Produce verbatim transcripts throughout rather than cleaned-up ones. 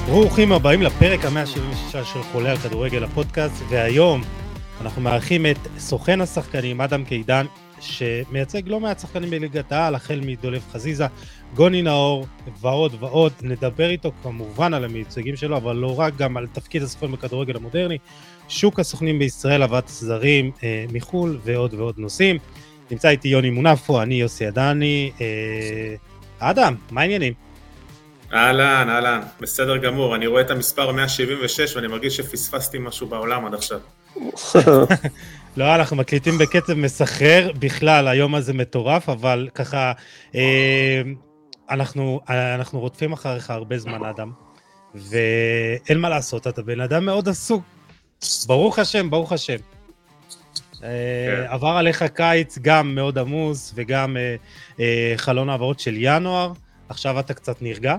ברוכים הבאים לפרק ה-מאה שבעים ושש של חולה על כדורגל הפודקאסט, והיום אנחנו מארחים את סוכן השחקנים אדם קידן, שמייצג לא מעט שחקנים בליגת העל, החל מדולב חזיזה, גוני נאור ועוד ועוד. נדבר איתו כמובן על המייצגים שלו, אבל לא רק, גם על תפקיד הסוכן בכדורגל המודרני, שוק הסוכנים בישראל, הבאת זרים אה, מחול ועוד ועוד נושאים. נמצא איתי יוני מונפו, אני יוסי עדני. אה, אדם, מה העניינים? אהלן, אהלן, בסדר גמור, אני רואה את המספר מאה שבעים ושש ואני מרגיש שפספסתי משהו בעולם עד עכשיו. לא, אנחנו מקליטים בקצב מסחרר, בכלל היום הזה מטורף, אבל ככה, אה, אנחנו, אנחנו רודפים אחריך הרבה זמן, אדם, ואין מה לעשות, אתה בן אדם מאוד עסוק, ברוך השם, ברוך השם. אה, עבר עליך קיץ גם מאוד עמוס, וגם אה, אה, חלון העברות של ינואר, עכשיו אתה קצת נרגע?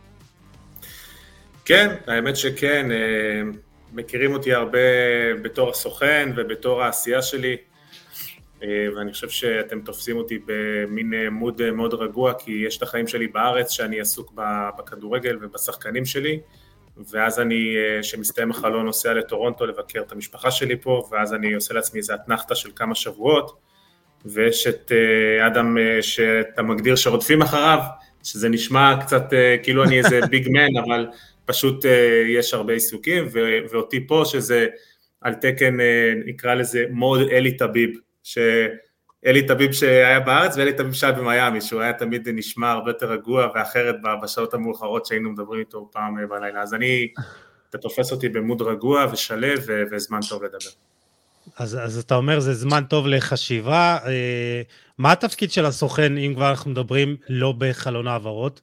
כן, האמת שכן, מכירים אותי הרבה בתור הסוכן ובתור העשייה שלי, ואני חושב שאתם תופסים אותי במין מוד מאוד רגוע, כי יש את החיים שלי בארץ שאני עסוק בכדורגל ובשחקנים שלי, ואז אני, שמסתיים החלון, נוסע לטורונטו לבקר את המשפחה שלי פה, ואז אני עושה לעצמי איזו התנחתה של כמה שבועות, ויש את אדם שאתה מגדיר שרודפים אחריו, שזה נשמע קצת כאילו אני איזה ביג מן, אבל פשוט יש הרבה עיסוקים, ואותי פה שזה על תקן, נקרא לזה מוד אלי טביב, שאלי טביב שהיה בארץ ואלי טביב שהיה במיימי, שהוא היה תמיד נשמע הרבה יותר רגוע ואחרת בשעות המאוחרות שהיינו מדברים איתו פעם בלילה, אז אני, אתה תופס אותי במוד רגוע ושלב וזמן טוב לדבר. אז, אז אתה אומר, זה זמן טוב לחשיבה. אה, מה התפקיד של הסוכן, אם כבר אנחנו מדברים לא בחלון העברות?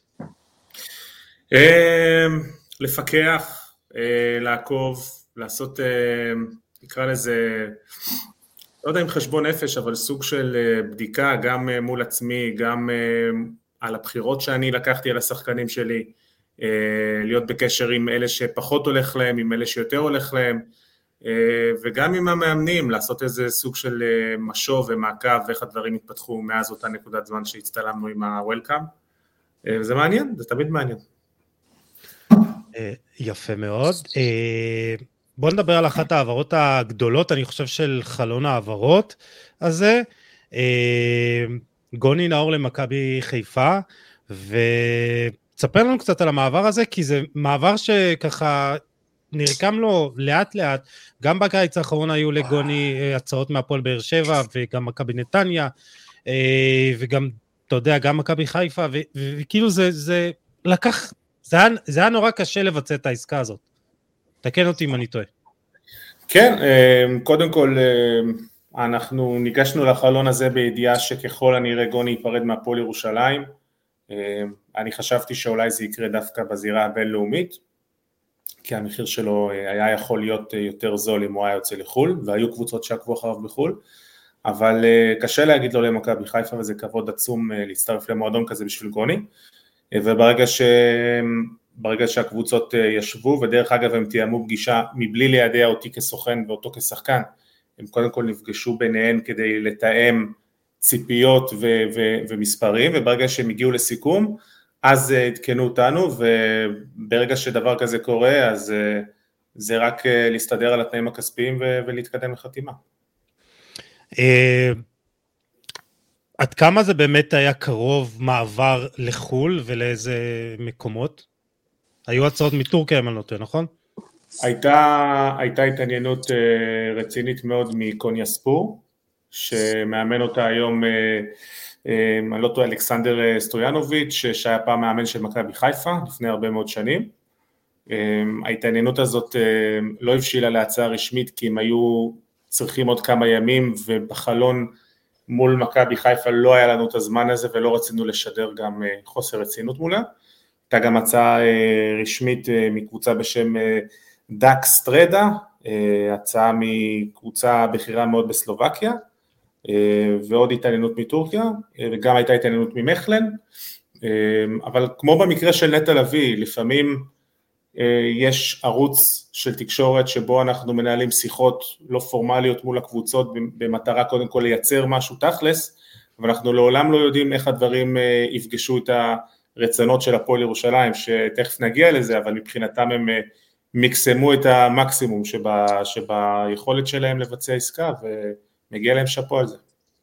אה, לפקח, אה, לעקוב, לעשות, אה, נקרא לזה, לא יודע אם חשבון נפש, אבל סוג של אה, בדיקה, גם אה, מול עצמי, גם אה, על הבחירות שאני לקחתי על השחקנים שלי, אה, להיות בקשר עם אלה שפחות הולך להם, עם אלה שיותר הולך להם, וגם עם המאמנים, לעשות איזה סוג של משוב ומעקב, ואיך הדברים התפתחו מאז אותה נקודת זמן שהצטלמנו עם ה-Welcome, וזה מעניין, זה תמיד מעניין. יפה מאוד. בוא נדבר על אחת העברות הגדולות, אני חושב של חלון העברות הזה, גוני נאור למכבי חיפה, ותספר לנו קצת על המעבר הזה, כי זה מעבר שככה, נרקם לו לאט לאט, גם בקיץ האחרון היו לגוני הצעות מהפועל באר שבע, וגם מכבי נתניה, וגם, אתה יודע, גם מכבי חיפה, וכאילו זה, זה לקח, זה היה, זה היה נורא קשה לבצע את העסקה הזאת. תקן אותי אם אני טועה. כן, קודם כל, אנחנו ניגשנו לחלון הזה בידיעה שככל הנראה גוני ייפרד מהפועל ירושלים, אני חשבתי שאולי זה יקרה דווקא בזירה הבינלאומית, כי המחיר שלו היה יכול להיות יותר זול אם הוא היה יוצא לחול, והיו קבוצות שעקבו אחריו בחול, אבל קשה להגיד לו למכבי חיפה, וזה כבוד עצום להצטרף למועדון כזה בשביל גוני, וברגע ש... ברגע שהקבוצות ישבו, ודרך אגב הם תיאמו פגישה מבלי לידע אותי כסוכן ואותו כשחקן, הם קודם כל נפגשו ביניהם כדי לתאם ציפיות ו- ו- ומספרים, וברגע שהם הגיעו לסיכום, אז התקנו אותנו, וברגע שדבר כזה קורה, אז זה רק להסתדר על התנאים הכספיים ולהתקדם לחתימה. עד כמה זה באמת היה קרוב מעבר לחול ולאיזה מקומות? היו הצעות מטורקיה, אם אני לא טועה, נכון? הייתה, הייתה התעניינות רצינית מאוד מקוניה ספור, שמאמן אותה היום, אני לא טועה, אלכסנדר סטויאנוביץ', שהיה פעם מאמן של מכבי חיפה, לפני הרבה מאוד שנים. ההתעניינות הזאת לא הבשילה להצעה רשמית, כי הם היו צריכים עוד כמה ימים, ובחלון מול מכבי חיפה לא היה לנו את הזמן הזה, ולא רצינו לשדר גם חוסר רצינות מולה. הייתה גם הצעה רשמית מקבוצה בשם דאק סטרדה, הצעה מקבוצה בחירה מאוד בסלובקיה, ועוד התעניינות מטורקיה, וגם הייתה התעניינות ממכלן, אבל כמו במקרה של נטע לביא, לפעמים יש ערוץ של תקשורת שבו אנחנו מנהלים שיחות לא פורמליות מול הקבוצות, במטרה קודם כל לייצר משהו תכלס, אבל אנחנו לעולם לא יודעים איך הדברים יפגשו את הרצונות של הפועל ירושלים, שתכף נגיע לזה, אבל מבחינתם הם מקסמו את המקסימום שבה, שביכולת שלהם לבצע עסקה, ומגיע להם שפו על זה.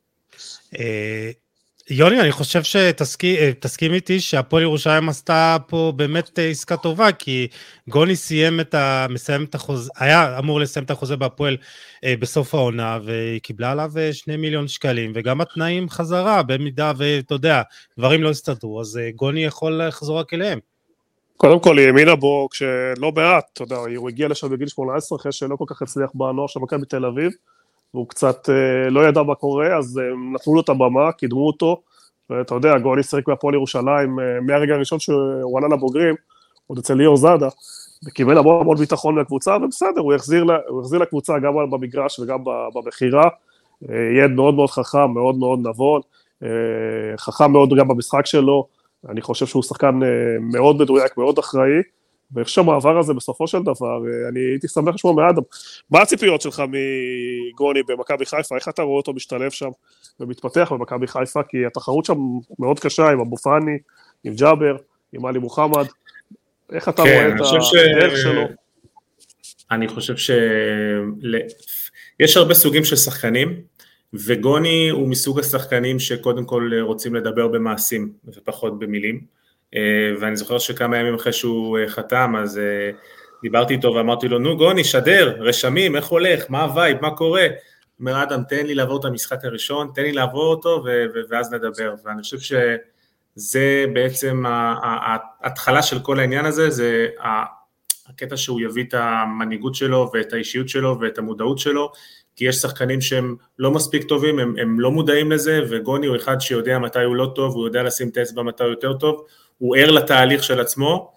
יוני, אני חושב שתסכים איתי שהפועל ירושלים עשתה פה באמת עסקה טובה, כי גוני סיים את ה... מסיים את החוזה, היה אמור לסיים את החוזה בהפועל בסוף העונה, והיא קיבלה עליו שני מיליון שקלים, וגם התנאים חזרה, במידה ואתה יודע, דברים לא הסתדרו, אז גוני יכול לחזור רק אליהם. קודם כל, היא האמינה בו כשלא מעט, אתה יודע, הוא הגיע לשם בגיל שמונה עשרה, אחרי שלא כל כך הצליח בנוער של מכבי בתל אביב, והוא קצת אה, לא ידע מה קורה, אז אה, נתנו לו את הבמה, קידמו אותו, ואתה יודע, גוני שיחק בהפועל ירושלים, אה, מהרגע הראשון שהוא עלה לבוגרים, עוד אצל ליאור זאדה, וקיבל המון המון ביטחון מהקבוצה, ובסדר, הוא החזיר, לה, הוא החזיר לקבוצה גם במגרש וגם במחירה, אה, ילד מאוד מאוד חכם, מאוד מאוד נבון, אה, חכם מאוד גם במשחק שלו, אני חושב שהוא שחקן אה, מאוד מדויק, מאוד אחראי, ואיך שהמעבר הזה בסופו של דבר, אני הייתי שמח לשמוע מאדם. מה הציפיות שלך מגוני במכבי חיפה? איך אתה רואה אותו משתלב שם ומתפתח במכבי חיפה? כי התחרות שם מאוד קשה עם אבו פאני, עם ג'אבר, עם עלי מוחמד. איך אתה רואה את הדרך שלו? אני חושב שיש הרבה סוגים של שחקנים, וגוני הוא מסוג השחקנים שקודם כל רוצים לדבר במעשים ופחות במילים. ואני זוכר שכמה ימים אחרי שהוא חתם, אז דיברתי איתו ואמרתי לו, נו גוני, שדר, רשמים, איך הולך, מה הווייב, מה קורה? אומר אדם, תן לי לעבור את המשחק הראשון, תן לי לעבור אותו, ואז נדבר. ואני חושב שזה בעצם ההתחלה של כל העניין הזה, זה הקטע שהוא יביא את המנהיגות שלו, ואת האישיות שלו, ואת המודעות שלו, כי יש שחקנים שהם לא מספיק טובים, הם, הם לא מודעים לזה, וגוני הוא אחד שיודע מתי הוא לא טוב, הוא יודע לשים את האצבע מתי הוא יותר טוב, הוא ער לתהליך של עצמו,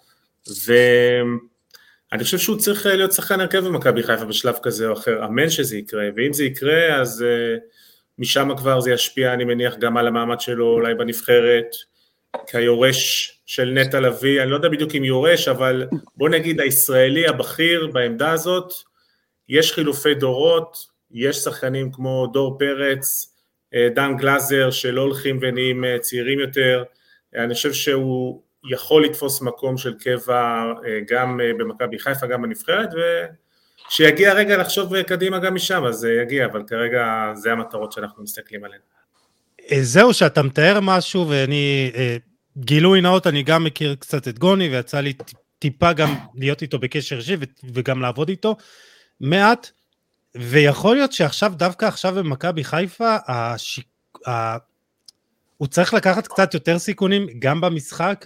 ואני חושב שהוא צריך להיות שחקן הרכב במכבי חיפה בשלב כזה או אחר, אמן שזה יקרה, ואם זה יקרה, אז uh, משם כבר זה ישפיע, אני מניח, גם על המעמד שלו, אולי בנבחרת, כיורש של נטע לביא, אני לא יודע בדיוק אם יורש, אבל בוא נגיד הישראלי הבכיר בעמדה הזאת, יש חילופי דורות, יש שחקנים כמו דור פרץ, דן גלזר, שלא הולכים ונהיים צעירים יותר, אני חושב שהוא יכול לתפוס מקום של קבע גם במכבי חיפה, גם בנבחרת, ושיגיע רגע לחשוב קדימה גם משם, אז זה יגיע, אבל כרגע זה המטרות שאנחנו מסתכלים עליהן. זהו, שאתה מתאר משהו, ואני, גילוי נאות, אני גם מכיר קצת את גוני, ויצא לי טיפה גם להיות איתו בקשר אישי, וגם לעבוד איתו מעט, ויכול להיות שעכשיו, דווקא עכשיו במכבי חיפה, השיק... ה... הוא צריך לקחת קצת יותר סיכונים, גם במשחק,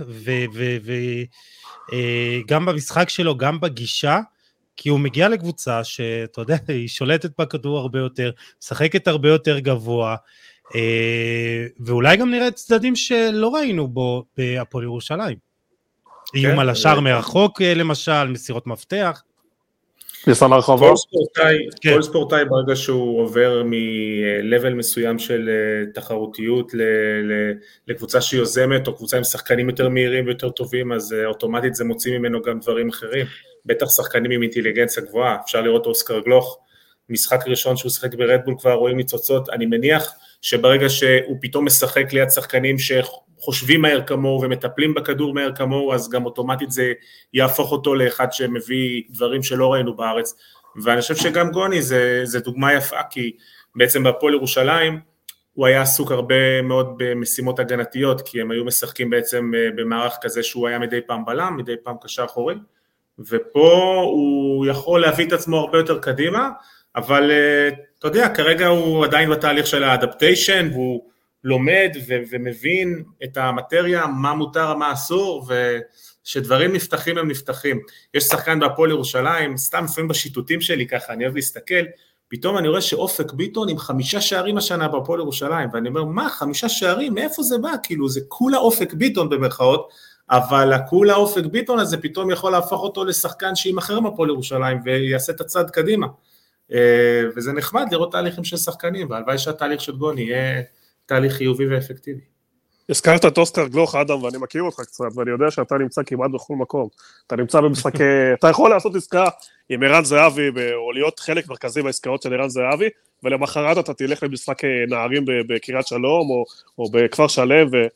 וגם ו... ו... במשחק שלו, גם בגישה, כי הוא מגיע לקבוצה שאתה יודע, היא שולטת בכדור הרבה יותר, משחקת הרבה יותר גבוה, ואולי גם נראה את צדדים שלא ראינו בו בהפועל ירושלים. איום על השער מרחוק למשל, מסירות מפתח. כל ספורטאי, כל ספורטאי ברגע שהוא עובר מלבל מסוים של תחרותיות לקבוצה שיוזמת, או קבוצה עם שחקנים יותר מהירים ויותר טובים, אז אוטומטית זה מוציא ממנו גם דברים אחרים, בטח שחקנים עם אינטליגנציה גבוהה, אפשר לראות אוסקר גלוך, משחק ראשון שהוא שחק ברדבול כבר רואים ניצוצות, אני מניח שברגע שהוא פתאום משחק ליד שחקנים שחושבים מהר כמוהו ומטפלים בכדור מהר כמוהו, אז גם אוטומטית זה יהפוך אותו לאחד שמביא דברים שלא ראינו בארץ, ואני חושב שגם גוני זה, זה דוגמה יפה, כי בעצם בהפועל ירושלים הוא היה עסוק הרבה מאוד במשימות הגנתיות, כי הם היו משחקים בעצם במערך כזה שהוא היה מדי פעם בלם, מדי פעם קשר אחורי, ופה הוא יכול להביא את עצמו הרבה יותר קדימה, אבל אתה יודע, כרגע הוא עדיין בתהליך של האדפטיישן, והוא לומד ו- ומבין את המטריה, מה מותר, מה אסור, ושדברים נפתחים הם נפתחים. יש שחקן בהפועל ירושלים, סתם לפעמים בשיטוטים שלי ככה, אני אוהב להסתכל, פתאום אני רואה שאופק ביטון עם חמישה שערים השנה בהפועל ירושלים, ואני אומר, מה, חמישה שערים? מאיפה זה בא? כאילו, זה כולה אופק ביטון במרכאות, אבל הכולה אופק ביטון הזה פתאום יכול להפוך אותו לשחקן שימחר בהפועל ירושלים, ויעשה את הצד קדימה. וזה נחמד לראות תהליכים של שחקנים, והלוואי שהתהליך של גוני יהיה תהליך חיובי ואפקטיבי. הזכרת את אוסקר גלוך, אדם, ואני מכיר אותך קצת, ואני יודע שאתה נמצא כמעט בכל מקום. אתה נמצא במשחקי, אתה יכול לעשות עסקה עם ערן זהבי, או להיות חלק מרכזי בעסקאות של ערן זהבי, ולמחרת אתה תלך למשחק נערים בקריית שלום, או, או בכפר שלם,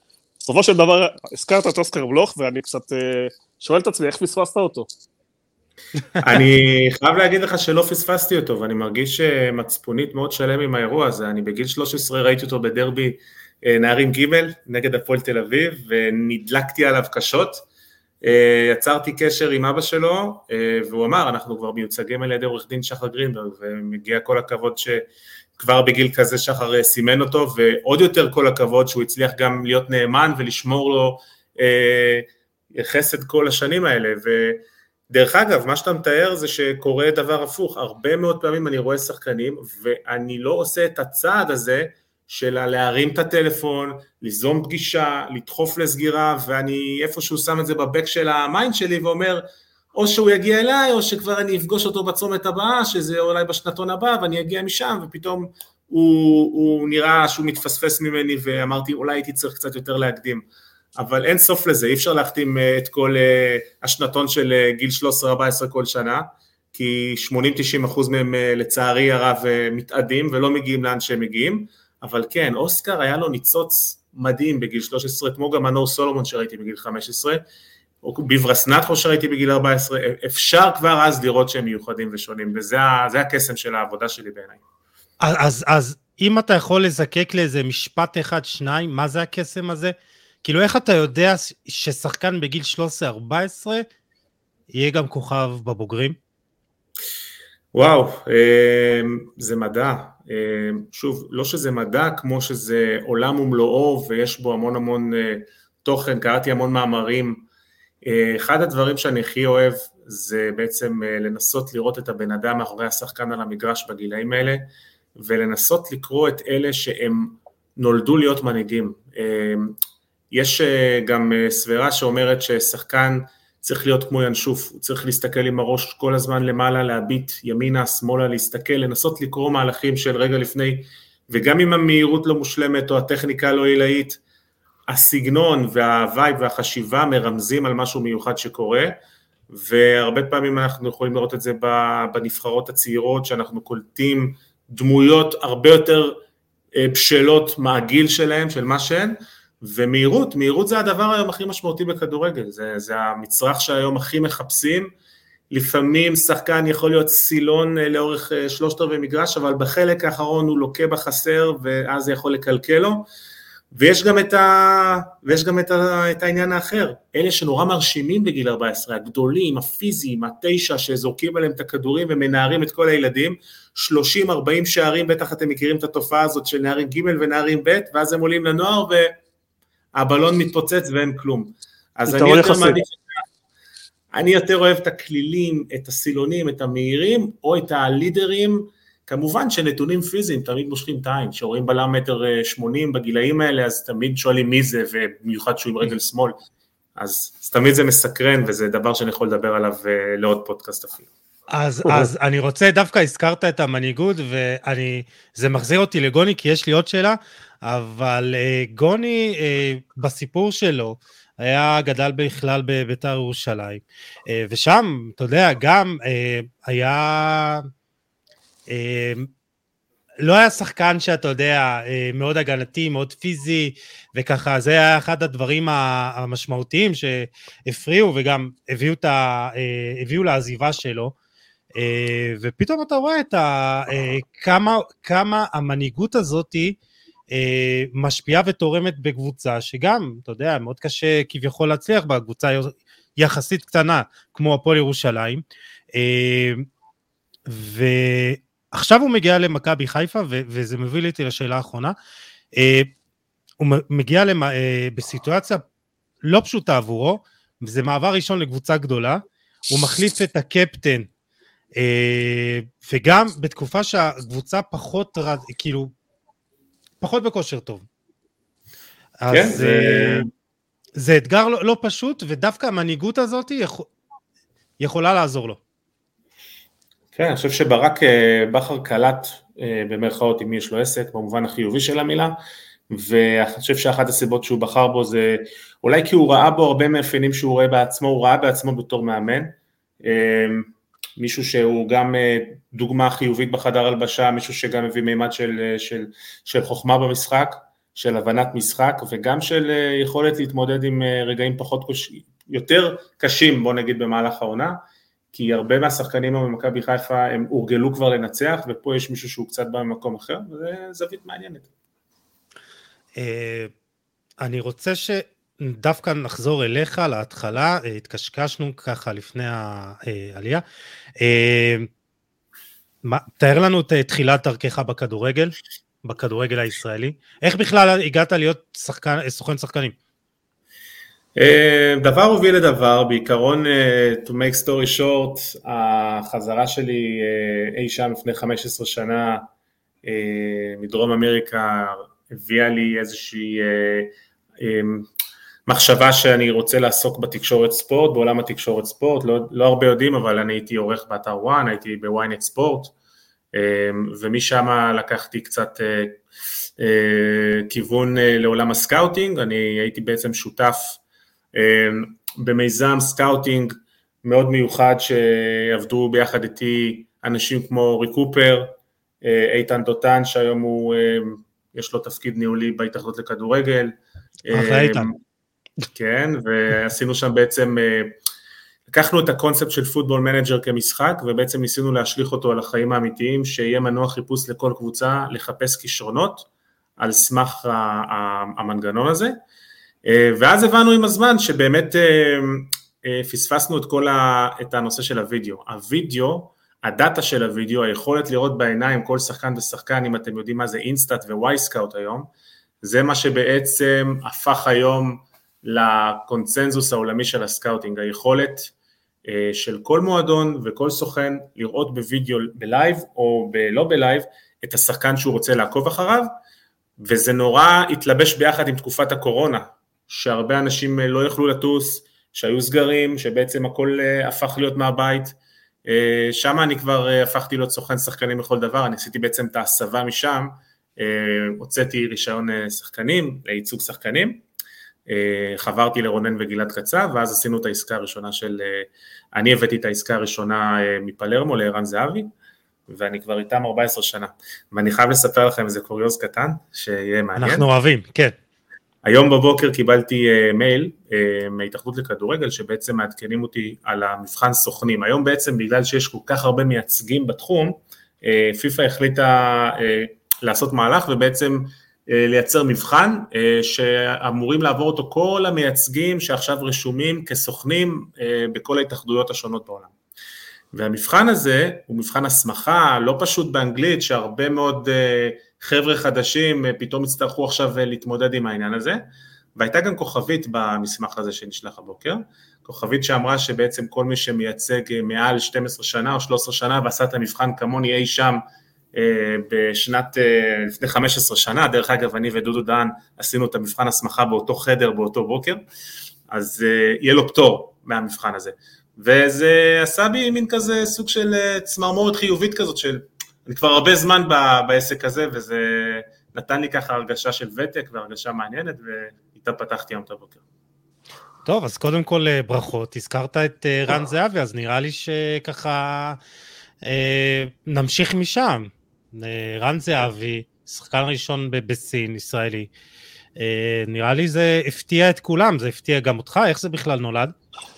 בסופו של דבר, הזכרת את אוסקר בלוך, ואני קצת שואל את עצמי, איך פספסת אותו? אני חייב להגיד לך שלא פספסתי אותו, ואני מרגיש מצפונית מאוד שלם עם האירוע הזה. אני בגיל שלוש עשרה ראיתי אותו בדרבי נערים ג' נגד הפועל תל אביב, ונדלקתי עליו קשות. יצרתי קשר עם אבא שלו, והוא אמר, אנחנו כבר מיוצגים על ידי עורך דין שחר גרינברג, ומגיע כל הכבוד שכבר בגיל כזה שחר סימן אותו, ועוד יותר כל הכבוד שהוא הצליח גם להיות נאמן ולשמור לו חסד כל השנים האלה. ודרך אגב, מה שאתה מתאר זה שקורה דבר הפוך, הרבה מאוד פעמים אני רואה שחקנים, ואני לא עושה את הצעד הזה, של להרים את הטלפון, ליזום פגישה, לדחוף לסגירה, ואני איפשהו שם את זה בבק של המיינד שלי, ואומר, או שהוא יגיע אליי, או שכבר אני אפגוש אותו בצומת הבאה, שזה אולי בשנתון הבא, ואני אגיע משם, ופתאום הוא, הוא נראה שהוא מתפספס ממני, ואמרתי, אולי הייתי צריך קצת יותר להקדים, אבל אין סוף לזה, אי אפשר להחתים את כל השנתון של גיל שלוש עשרה ארבע עשרה כל שנה, כי שמונים עד תשעים אחוז מהם לצערי הרב מתאדים, ולא מגיעים לאן שהם מגיעים, אבל כן, אוסקר היה לו ניצוץ מדהים בגיל שלוש עשרה, כמו גם מנור סולומון שראיתי בגיל חמש עשרה, או ביברס נטחו שראיתי בגיל ארבע עשרה, אפשר כבר אז לראות שהם מיוחדים ושונים, וזה זה הקסם של העבודה שלי בעיניי. אז, אז אם אתה יכול לזקק לאיזה משפט אחד, שניים, מה זה הקסם הזה? כאילו איך אתה יודע ששחקן בגיל שלוש עשרה ארבע עשרה יהיה גם כוכב בבוגרים? וואו, זה מדע. שוב, לא שזה מדע כמו שזה עולם ומלואו ויש בו המון המון תוכן, קראתי המון מאמרים. אחד הדברים שאני הכי אוהב זה בעצם לנסות לראות את הבן אדם מאחורי השחקן על המגרש בגילאים האלה, ולנסות לקרוא את אלה שהם נולדו להיות מנהיגים. יש גם סברה שאומרת ששחקן צריך להיות כמו ינשוף, הוא צריך להסתכל עם הראש כל הזמן למעלה, להביט ימינה, שמאלה, להסתכל, לנסות לקרוא מהלכים של רגע לפני, וגם אם המהירות לא מושלמת או הטכניקה לא עילאית, הסגנון והווייב והחשיבה מרמזים על משהו מיוחד שקורה, והרבה פעמים אנחנו יכולים לראות את זה בנבחרות הצעירות, שאנחנו קולטים דמויות הרבה יותר בשלות מהגיל שלהם, של מה שהן, ומהירות, מהירות זה הדבר היום הכי משמעותי בכדורגל, זה, זה המצרך שהיום הכי מחפשים, לפעמים שחקן יכול להיות סילון לאורך שלושת רבעי מגרש, אבל בחלק האחרון הוא לוקה בחסר, ואז זה יכול לקלקל לו, ויש גם את, ה... ויש גם את, ה... את העניין האחר, אלה שנורא מרשימים בגיל ארבע עשרה, הגדולים, הפיזיים, התשע, שזורקים עליהם את הכדורים ומנערים את כל הילדים, שלושים ארבעים שערים, בטח אתם מכירים את התופעה הזאת של נערים ג' ונערים ב', ואז הם עולים לנוער והבלון מתפוצץ ואין כלום. אז אני יותר מעדיף, אני יותר אוהב את הכלילים, את הסילונים, את המהירים, או את הלידרים, כמובן שנתונים פיזיים תמיד מושכים את העין, שרואים בלם מטר שמונים בגילאים האלה, אז תמיד שואלים מי זה, ובמיוחד שהוא עם רגל שמאל, אז, אז תמיד זה מסקרן, וזה דבר שאני יכול לדבר עליו לעוד פודקאסט אפילו. אז, אז אני רוצה, דווקא הזכרת את המנהיגות, ואני, זה מחזיר אותי לגוני, כי יש לי עוד שאלה, אבל uh, גוני, uh, בסיפור שלו, היה גדל בכלל בבית"ר ירושלים, uh, ושם, אתה יודע, גם uh, היה... לא היה שחקן שאתה יודע, מאוד הגנתי, מאוד פיזי, וככה, זה היה אחד הדברים המשמעותיים שהפריעו, וגם הביאו, את ה, הביאו לעזיבה שלו, ופתאום אתה רואה את ה, כמה, כמה המנהיגות הזאת משפיעה ותורמת בקבוצה, שגם, אתה יודע, מאוד קשה כביכול להצליח בקבוצה יחסית קטנה, כמו הפועל ירושלים, ו... עכשיו הוא מגיע למכבי חיפה, ו- וזה מביא לי לשאלה האחרונה, אה, הוא מגיע למ- אה, בסיטואציה לא פשוטה עבורו, וזה מעבר ראשון לקבוצה גדולה, הוא מחליף את הקפטן, אה, וגם בתקופה שהקבוצה פחות, כאילו, פחות בכושר טוב. אז כן, זה... אה, זה אתגר לא, לא פשוט, ודווקא המנהיגות הזאת יכול, יכולה לעזור לו. כן, אני חושב שברק בכר קלט במרכאות עם מי יש לו עסק, במובן החיובי של המילה, ואני חושב שאחת הסיבות שהוא בחר בו זה, אולי כי הוא ראה בו הרבה מאפיינים שהוא רואה בעצמו, הוא ראה בעצמו בתור מאמן, מישהו שהוא גם דוגמה חיובית בחדר הלבשה, מישהו שגם מביא מימד של, של, של חוכמה במשחק, של הבנת משחק, וגם של יכולת להתמודד עם רגעים פחות קשים, יותר קשים, בוא נגיד במהלך העונה, כי הרבה מהשחקנים במכבי חיפה הם הורגלו כבר לנצח, ופה יש מישהו שהוא קצת בא ממקום אחר, וזה זווית מעניינת. אני רוצה שדווקא נחזור אליך להתחלה, התקשקשנו ככה לפני העלייה. תאר לנו את תחילת דרכך בכדורגל, בכדורגל הישראלי. איך בכלל הגעת להיות שחקן, סוכן שחקנים? דבר הוביל לדבר, בעיקרון, to make story short, החזרה שלי אי שם לפני חמש עשרה שנה מדרום אמריקה, הביאה לי איזושהי מחשבה שאני רוצה לעסוק בתקשורת ספורט, בעולם התקשורת ספורט, לא, לא הרבה יודעים, אבל אני הייתי עורך באתר וואן, הייתי בוויינט ספורט, ומשם לקחתי קצת כיוון לעולם הסקאוטינג, אני הייתי בעצם שותף במיזם סקאוטינג מאוד מיוחד שעבדו ביחד איתי אנשים כמו ריק קופר, איתן דותן שהיום הוא, יש לו תפקיד ניהולי בהתאחדות לכדורגל. אחלה איתן. כן, ועשינו שם בעצם, לקחנו את הקונספט של פוטבול מנג'ר כמשחק, ובעצם ניסינו להשליך אותו על החיים האמיתיים, שיהיה מנוע חיפוש לכל קבוצה לחפש כישרונות, על סמך המנגנון הזה, ואז הבנו עם הזמן שבאמת פספסנו את כל ה, את הנושא של הוידאו. הוידאו, הדאטה של הוידאו, היכולת לראות בעיניים כל שחקן ושחקן, אם אתם יודעים מה זה אינסטאט ווואי סקאוט היום, זה מה שבעצם הפך היום לקונצנזוס העולמי של הסקאוטינג, היכולת של כל מועדון וכל סוכן לראות בוידאו בלייב או לא בלייב את השחקן שהוא רוצה לעקוב אחריו, וזה נורא התלבש ביחד עם תקופת הקורונה, שהרבה אנשים לא יכלו לטוס, שהיו סגרים, שבעצם הכל הפך להיות מהבית, שם אני כבר הפכתי להיות סוכן שחקנים בכל דבר, אני עשיתי בעצם את ההסבה משם, הוצאתי רישיון שחקנים, לייצוג שחקנים, חברתי לרונן וגלעד קצב, ואז עשינו את העסקה הראשונה של, אני הבאתי את העסקה הראשונה מפלרמו לערן זהבי, ואני כבר איתם ארבע עשרה שנה, ואני חייב לספר לכם איזה קוריוז קטן, שיהיה מעניין. אנחנו אוהבים, כן. היום בבוקר קיבלתי מייל מהתאחדות לכדורגל, שבעצם מעדכנים אותי על המבחן סוכנים. היום בעצם בגלל שיש כל כך הרבה מייצגים בתחום, פיפה החליטה לעשות מהלך, ובעצם לייצר מבחן, שאמורים לעבור אותו כל המייצגים, שעכשיו רשומים כסוכנים, בכל ההתאחדויות השונות בעולם. והמבחן הזה, הוא מבחן הסמכה, לא פשוט באנגלית, שהרבה מאוד חבר'ה חדשים פתאום יצטרכו עכשיו להתמודד עם העניין הזה, והייתה גם כוכבית במסמך הזה שנשלח הבוקר, כוכבית שאמרה שבעצם כל מי שמייצג מעל שתים עשרה שנה או שלוש עשרה שנה, ועשה את המבחן כמוני אי שם בשנת, לפני חמש עשרה שנה, דרך אגב אני ודודו דהן עשינו את המבחן הסמכה באותו חדר, באותו בוקר, אז יהיה לו פטור מהמבחן הזה, וזה עשה בי מין כזה סוג של צמרמורת חיובית כזאת של, אני כבר הרבה זמן בעסק הזה, וזה נתן לי ככה הרגשה של ותק, והרגשה מעניינת, ואיתה פתחתי היום את הבוקר. טוב, אז קודם כל ברכות, הזכרת את רן זהבי, אז נראה לי שככה נמשיך משם. רן זהבי, שחקן ראשון בסין, ישראלי, נראה לי זה הפתיע את כולם, זה הפתיע גם אותך, איך זה בכלל נולד?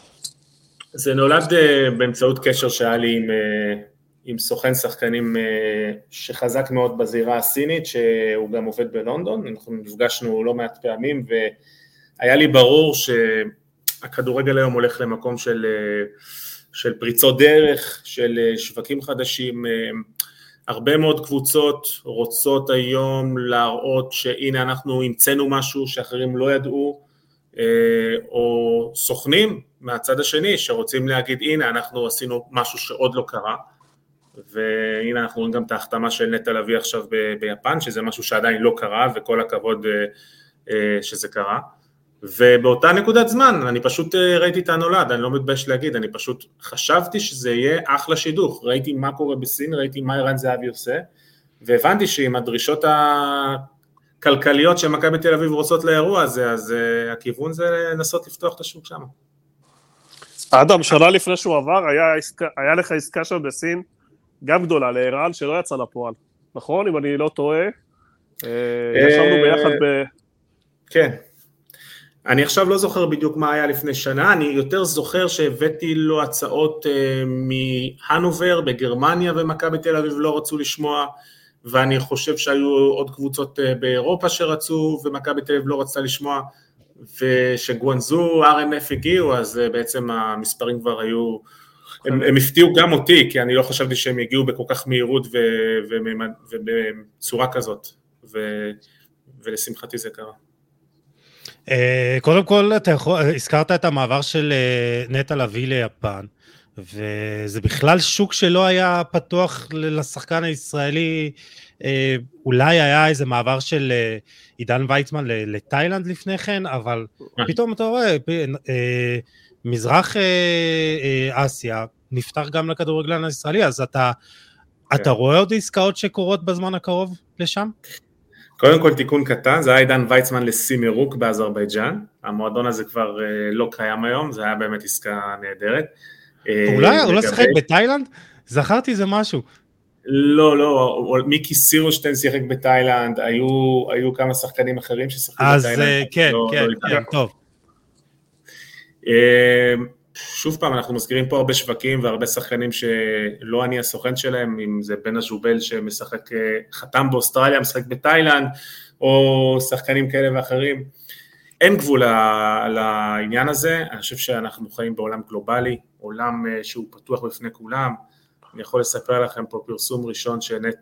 זה נולד באמצעות קשר שהיה לי עם... עם סוכן שחקנים שחזק מאוד בזירה הסינית, שהוא גם עובד בלונדון, אנחנו נפגשנו לא מעט פעמים, והיה לי ברור שהכדורגל היום הולך למקום של, של פריצות דרך, של שווקים חדשים, הרבה מאוד קבוצות רוצות היום להראות שהנה אנחנו המצאנו משהו שאחרים לא ידעו, או סוכנים מהצד השני שרוצים להגיד הנה אנחנו עשינו משהו שעוד לא קרה, והנה אנחנו רואים גם את ההחתמה של נטע לביא עכשיו ב- ביפן, שזה משהו שעדיין לא קרה, וכל הכבוד שזה קרה, ובאותה נקודת זמן, אני פשוט ראיתי את הנולד, אני לא מתבייש להגיד, אני פשוט חשבתי שזה יהיה אחלה שידוך, ראיתי מה קורה בסין, ראיתי מה ערן זהבי עושה, והבנתי שעם הדרישות הכלכליות שמכבי תל אביב רוצות לאירוע הזה, אז הכיוון זה לנסות לפתוח את השוק שם. אדם, שנה לפני שהוא עבר, היה, עסקה, היה לך עסקה שם בסין, גם גדולה לערן, שלא יצא לפועל, נכון? אם אני לא טועה, ישבנו ביחד ב... כן. אני עכשיו לא זוכר בדיוק מה היה לפני שנה, אני יותר זוכר שהבאתי לו הצעות מהנובר בגרמניה ומכבי תל אביב לא רצו לשמוע, ואני חושב שהיו עוד קבוצות באירופה שרצו ומכבי תל אביב לא רצתה לשמוע, ושגואנזו, אר אם אף הגיעו, אז בעצם המספרים כבר היו, הם, הם הפתיעו גם אותי, כי אני לא חשבתי שהם הגיעו בכל כך מהירות ובצורה כזאת, ו, ולשמחתי זה קרה. קודם כל, אתה יכול, הזכרת את המעבר של נטע לביא ליפן, וזה בכלל שוק שלא היה פתוח לשחקן הישראלי, אולי היה איזה מעבר של עידן ויצמן לתאילנד לפני כן, אבל פתאום אתה רואה, מזרח אסיה נפתח גם לכדורגלן הישראלי, אז אתה, אתה רואה עוד עסקאות שקורות בזמן הקרוב לשם? קודם כל תיקון קטן, זה היה עידן ויצמן לסימרוק באזרבייג'אן, המועדון הזה כבר לא קיים היום, זה היה באמת עסקה נהדרת. אולי הוא לא שחק בתאילנד? זכרתי זה משהו. לא, לא, מיקי סירושטיין שיחק בתאילנד, היו, היו כמה שחקנים אחרים ששחקו בתאילנד. אז כן, כן, כן, טוב. שוב פעם, אנחנו מזכירים פה הרבה שווקים והרבה שחקנים שלא אני הסוכן שלהם, אם זה בן הז'ובל שמשחק, חתם באוסטרליה, משחק בתאילנד, או שחקנים כאלה ואחרים. אין גבול לעניין הזה, אני חושב שאנחנו חיים בעולם גלובלי, עולם שהוא פתוח בפני כולם. אני יכול לספר לכם פה פרסום ראשון שנט,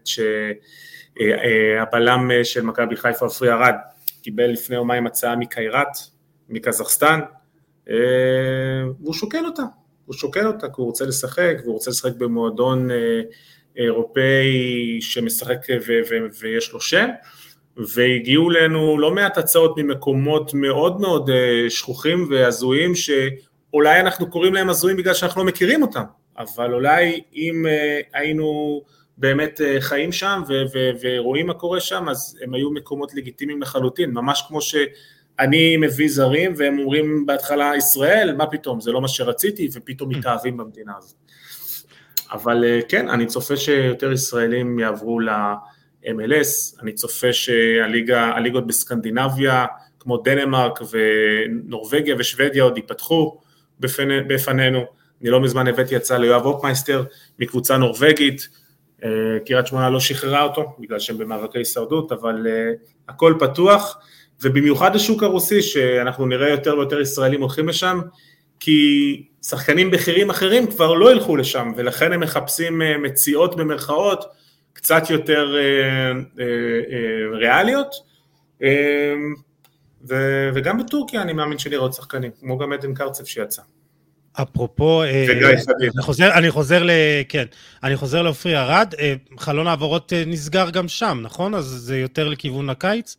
שהבלם של מכבי חיפה עופרי ארד, קיבל לפני יומיים הצעה מקיירת, מקזחסטן, והוא שוקל אותה, הוא שוקל אותה, כי הוא רוצה לשחק, והוא רוצה לשחק במועדון אירופאי שמשחק ויש לו שם, והגיעו לנו לא מעט הצעות ממקומות מאוד מאוד שכוחים והזויים, שאולי אנחנו קוראים להם הזויים בגלל שאנחנו לא מכירים אותם, אבל אולי אם היינו באמת חיים שם ורואים מה קורה שם, אז הם היו מקומות לגיטימיים לחלוטין, ממש כמו שאני מביא זרים והם אומרים בהתחלה ישראל, מה פתאום, זה לא מה שרציתי, ופתאום מתאהבים במדינה הזאת. אבל כן, אני צופה שיותר ישראלים יעברו ל-אם אל אס, אני צופה שהליגות בסקנדינביה, כמו דנמרק ונורווגיה ושוודיה עוד ייפתחו בפנינו. אני לא מזמן הבאתי יצא ליואב אופמייסטר מקבוצה נורווגית, קריית שמונה לא שחררה אותו, בגלל שהם במאבקי הישרדות, אבל הכל פתוח, ובמיוחד השוק הרוסי, שאנחנו נראה יותר ויותר ישראלים הולכים לשם, כי שחקנים בכירים אחרים כבר לא ילכו לשם, ולכן הם מחפשים מציאות במרכאות, קצת יותר ריאליות, וגם בטורקיה אני מאמין שנראה עוד שחקנים, כמו גם עדן קרצב שיצא. אפרופו, אני חוזר, אני חוזר ל, כן, אני חוזר לעופרי ארד, חלון העברות נסגר גם שם, נכון? אז זה יותר לכיוון הקיץ?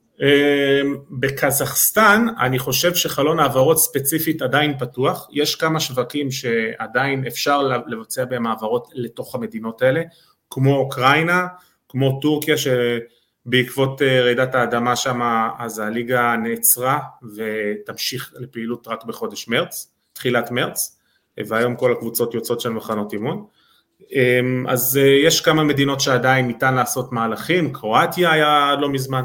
בקזחסטן, אני חושב שחלון העברות ספציפית עדיין פתוח, יש כמה שווקים שעדיין אפשר לבצע בהם העברות לתוך המדינות האלה, כמו אוקראינה, כמו טורקיה, שבעקבות רעידת האדמה שם, אז הליגה נעצרה, ותמשיך לפעילות רק בחודש מרץ, תחילת מרץ, והיום כל הקבוצות יוצאות של מחנות אימון, אז יש כמה מדינות שעדיין ניתן לעשות מהלכים, קרואטיה היה לא מזמן,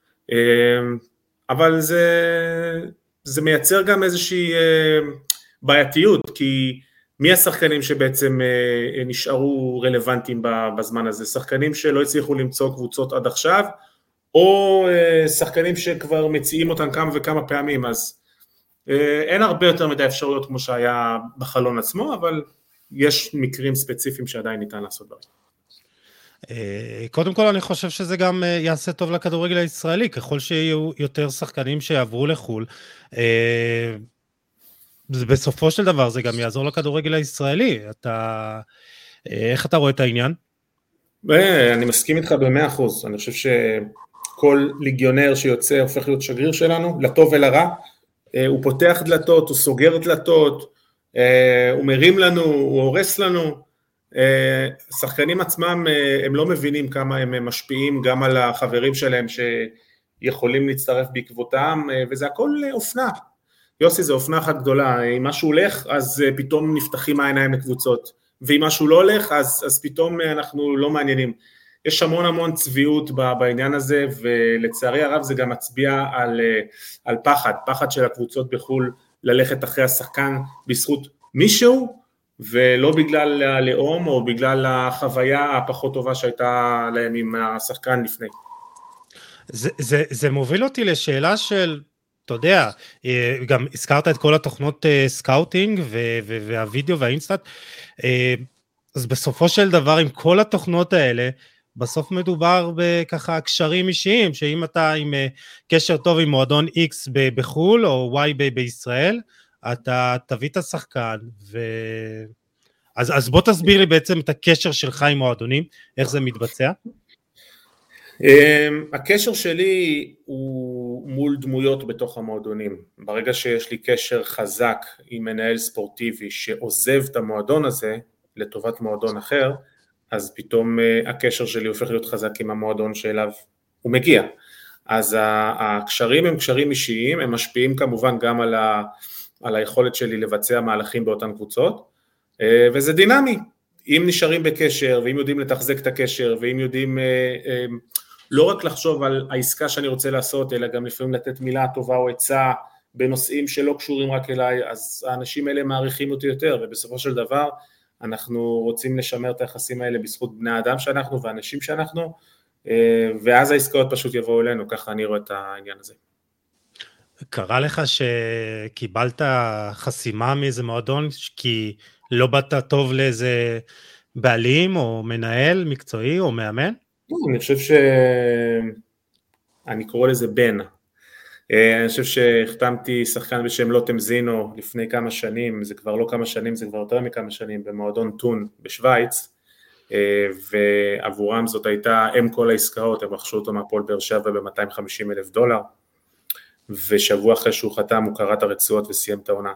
אבל זה, זה מייצר גם איזושהי בעייתיות, כי מי השחקנים שבעצם נשארו רלוונטיים בזמן הזה? שחקנים שלא הצליחו למצוא קבוצות עד עכשיו, או שחקנים שכבר מציעים אותם כמה וכמה פעמים, אז אין הרבה יותר מדי אפשרויות כמו שהיה בחלון עצמו, אבל יש מקרים ספציפיים שעדיין ניתן לעשות דברים. קודם כל אני חושב שזה גם יעשה טוב לכדורגל הישראלי, ככל שיהיו יותר שחקנים שיעברו לחול, בסופו של דבר זה גם יעזור לכדורגל הישראלי. אתה, איך אתה רואה את העניין? אני מסכים איתך במאה אחוז, אני חושב שכל ליגיונר שיוצא הופך להיות שגריר שלנו, לטוב ולרע, הוא פותח דלתות, הוא סוגר דלתות, הוא מרים לנו, הוא הורס לנו, שחקנים עצמם הם לא מבינים כמה הם משפיעים גם על החברים שלהם שיכולים להצטרף בעקבותם, וזה הכל אופנה. יוסי, זה אופנה אחת גדולה, אם משהו הולך אז פתאום נפתחים העיניים לקבוצות, ואם משהו לא הולך אז, אז פתאום אנחנו לא מעניינים. יש המון המון צביעות בעניין הזה, ולצערי הרב זה גם מצביע על, על פחד, פחד של הקבוצות בחול ללכת אחרי השחקן בזכות מישהו, ולא בגלל הלאום או בגלל החוויה הפחות טובה שהייתה להם עם השחקן לפני. זה, זה, זה מוביל אותי לשאלה של, אתה יודע, גם הזכרת את כל התוכנות סקאוטינג והווידאו והאינסטנט, אז בסופו של דבר עם כל התוכנות האלה, בסוף מדובר בככה קשרים אישיים, שאם אתה עם קשר טוב עם מועדון X בחול או Y בישראל, אתה תביא את השחקן, ו... אז, אז בוא תסביר לי בעצם את הקשר שלך עם מועדונים, איך זה מתבצע? הקשר שלי הוא מול דמויות בתוך המועדונים. ברגע שיש לי קשר חזק עם מנהל ספורטיבי שעוזב את המועדון הזה לטובת מועדון אחר, אז פתאום הקשר שלי הופך להיות חזק עם המועדון שאליו הוא מגיע. אז הקשרים הם קשרים אישיים, הם משפיעים כמובן גם על, ה, על היכולת שלי לבצע מהלכים באותן קבוצות, וזה דינמי. אם נשארים בקשר, ואם יודעים לתחזק את הקשר, ואם יודעים לא רק לחשוב על העסקה שאני רוצה לעשות, אלא גם לפעמים לתת מילה טובה או עצה בנושאים שלא קשורים רק אליי, אז האנשים האלה מעריכים אותי יותר, ובסופו של דבר אנחנו רוצים לשמר את היחסים האלה בזכות בני האדם שאנחנו ואנשים שאנחנו, ואז העסקאות פשוט יבואו אלינו, ככה אני רואה את העניין הזה. קרה לך שקיבלת חסימה מאיזה מועדון, כי לא באת טוב לאיזה בעלים או מנהל מקצועי או מאמן? אני חושב ש... אני קורא לזה בן. אני חושב שהחתמתי שחקן בשם לוטם זינו לפני כמה שנים, זה כבר לא כמה שנים, זה כבר יותר מכמה שנים, במועדון טון בשוויץ, ועבורם זאת הייתה אם כל העסקאות, הם רכשו אותו מהפועל באר שבע ב-מאתיים וחמישים אלף דולר, ושבוע אחרי שהוא חתם הוא קרא את הרצועות וסיים את העונה.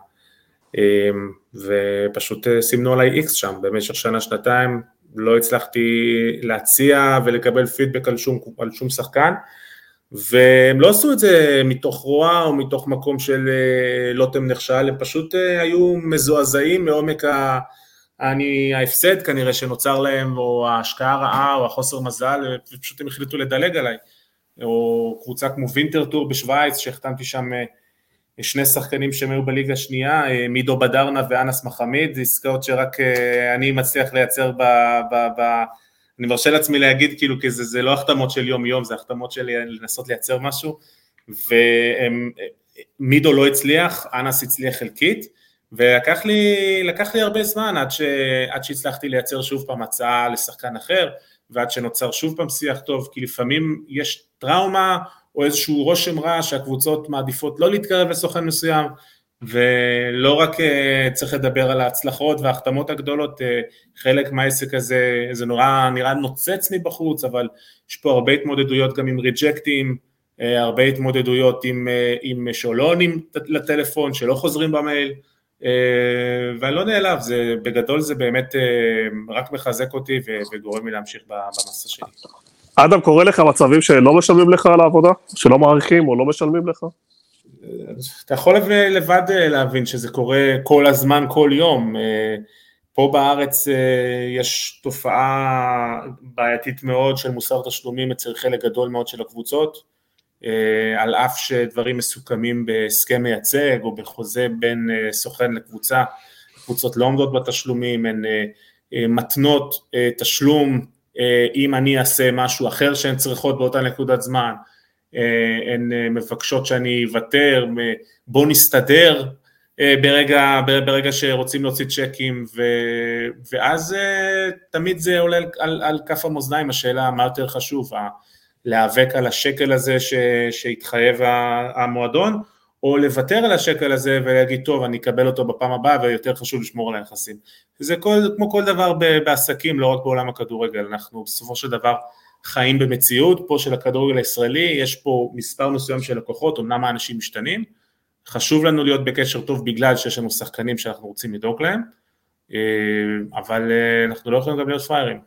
ופשוט סימנו עליי איקס שם, במשך שנה, שנתיים, לא הצלחתי להציע ולקבל פידבק על שום, על שום שחקן, והם לא עשו את זה מתוך רוע או מתוך מקום של לוטם נכשל, הם פשוט היו מזועזעים מעומק ה... אני, ההפסד כנראה שנוצר להם, או ההשקעה הרעה, או החוסר מזל, ופשוט הם החליטו לדלג עליי, או קבוצה כמו וינטרטור בשוויץ, שהחתמתי שם שני שחקנים שהם היו בליגה השנייה, מידו בדרנה ואנס מחמיד, זה עסקאות שרק אני מצליח לייצר ב... ב, ב אני מרשה לעצמי להגיד כאילו, כי זה, זה לא החתמות של יום יום, זה החתמות של לנסות לייצר משהו, ומידו לא הצליח, אנס הצליח חלקית, ולקח לי, לקח לי הרבה זמן, עד, ש, עד שהצלחתי לייצר שוב פעם הצעה לשחקן אחר, ועד שנוצר שוב פעם שיח טוב, כי לפעמים יש טראומה, או איזשהו רושם רע, שהקבוצות מעדיפות לא להתקרב לסוכן מסוים, ולא רק צריך לדבר על ההצלחות וההחתמות הגדולות, חלק מהעסק הזה, זה נורא נראה נוצץ מבחוץ, אבל יש פה הרבה התמודדויות גם עם ריג'קטים, הרבה התמודדויות עם, עם שלא עונים לטלפון, שלא חוזרים במייל, ואני לא נעלב, זה, בגדול זה באמת רק מחזק אותי וגורם לי להמשיך במסע שלי. אדם, קורא לך מצבים שלא משלמים לך על העבודה? שלא מעריכים או לא משלמים לך? אתה יכול לבד להבין שזה קורה כל הזמן, כל יום. פה בארץ יש תופעה בעייתית מאוד של מוסר תשלומים אצל חלק גדול מאוד של הקבוצות, על אף שדברים מסוכמים בהסכם מייצג או בחוזה בין סוכן לקבוצה, קבוצות לא עומדות בתשלומים, הן מתנות תשלום, אם אני אעשה משהו אחר שהן צריכות באותה נקודת זמן, הן מבקשות שאני אוותר, בוא נסתדר ברגע, ברגע שרוצים להוציא צ'קים, ו, ואז תמיד זה עולה על, על כף המאזניים, השאלה מה יותר חשוב, להיאבק על השקל הזה ש, שהתחייב המועדון, או לוותר על השקל הזה ולהגיד, טוב, אני אקבל אותו בפעם הבאה, ויותר חשוב לשמור על היחסים. זה כל, כמו כל דבר בעסקים, לא רק בעולם הכדורגל, אנחנו בסופו של דבר חיים במציאות, פה של הכדורגל הישראלי, יש פה מספר מסוים של לקוחות, אמנם האנשים משתנים, חשוב לנו להיות בקשר טוב בגלל שיש לנו שחקנים שאנחנו רוצים לדאוג להם, אבל אנחנו לא יכולים גם להיות פריירים.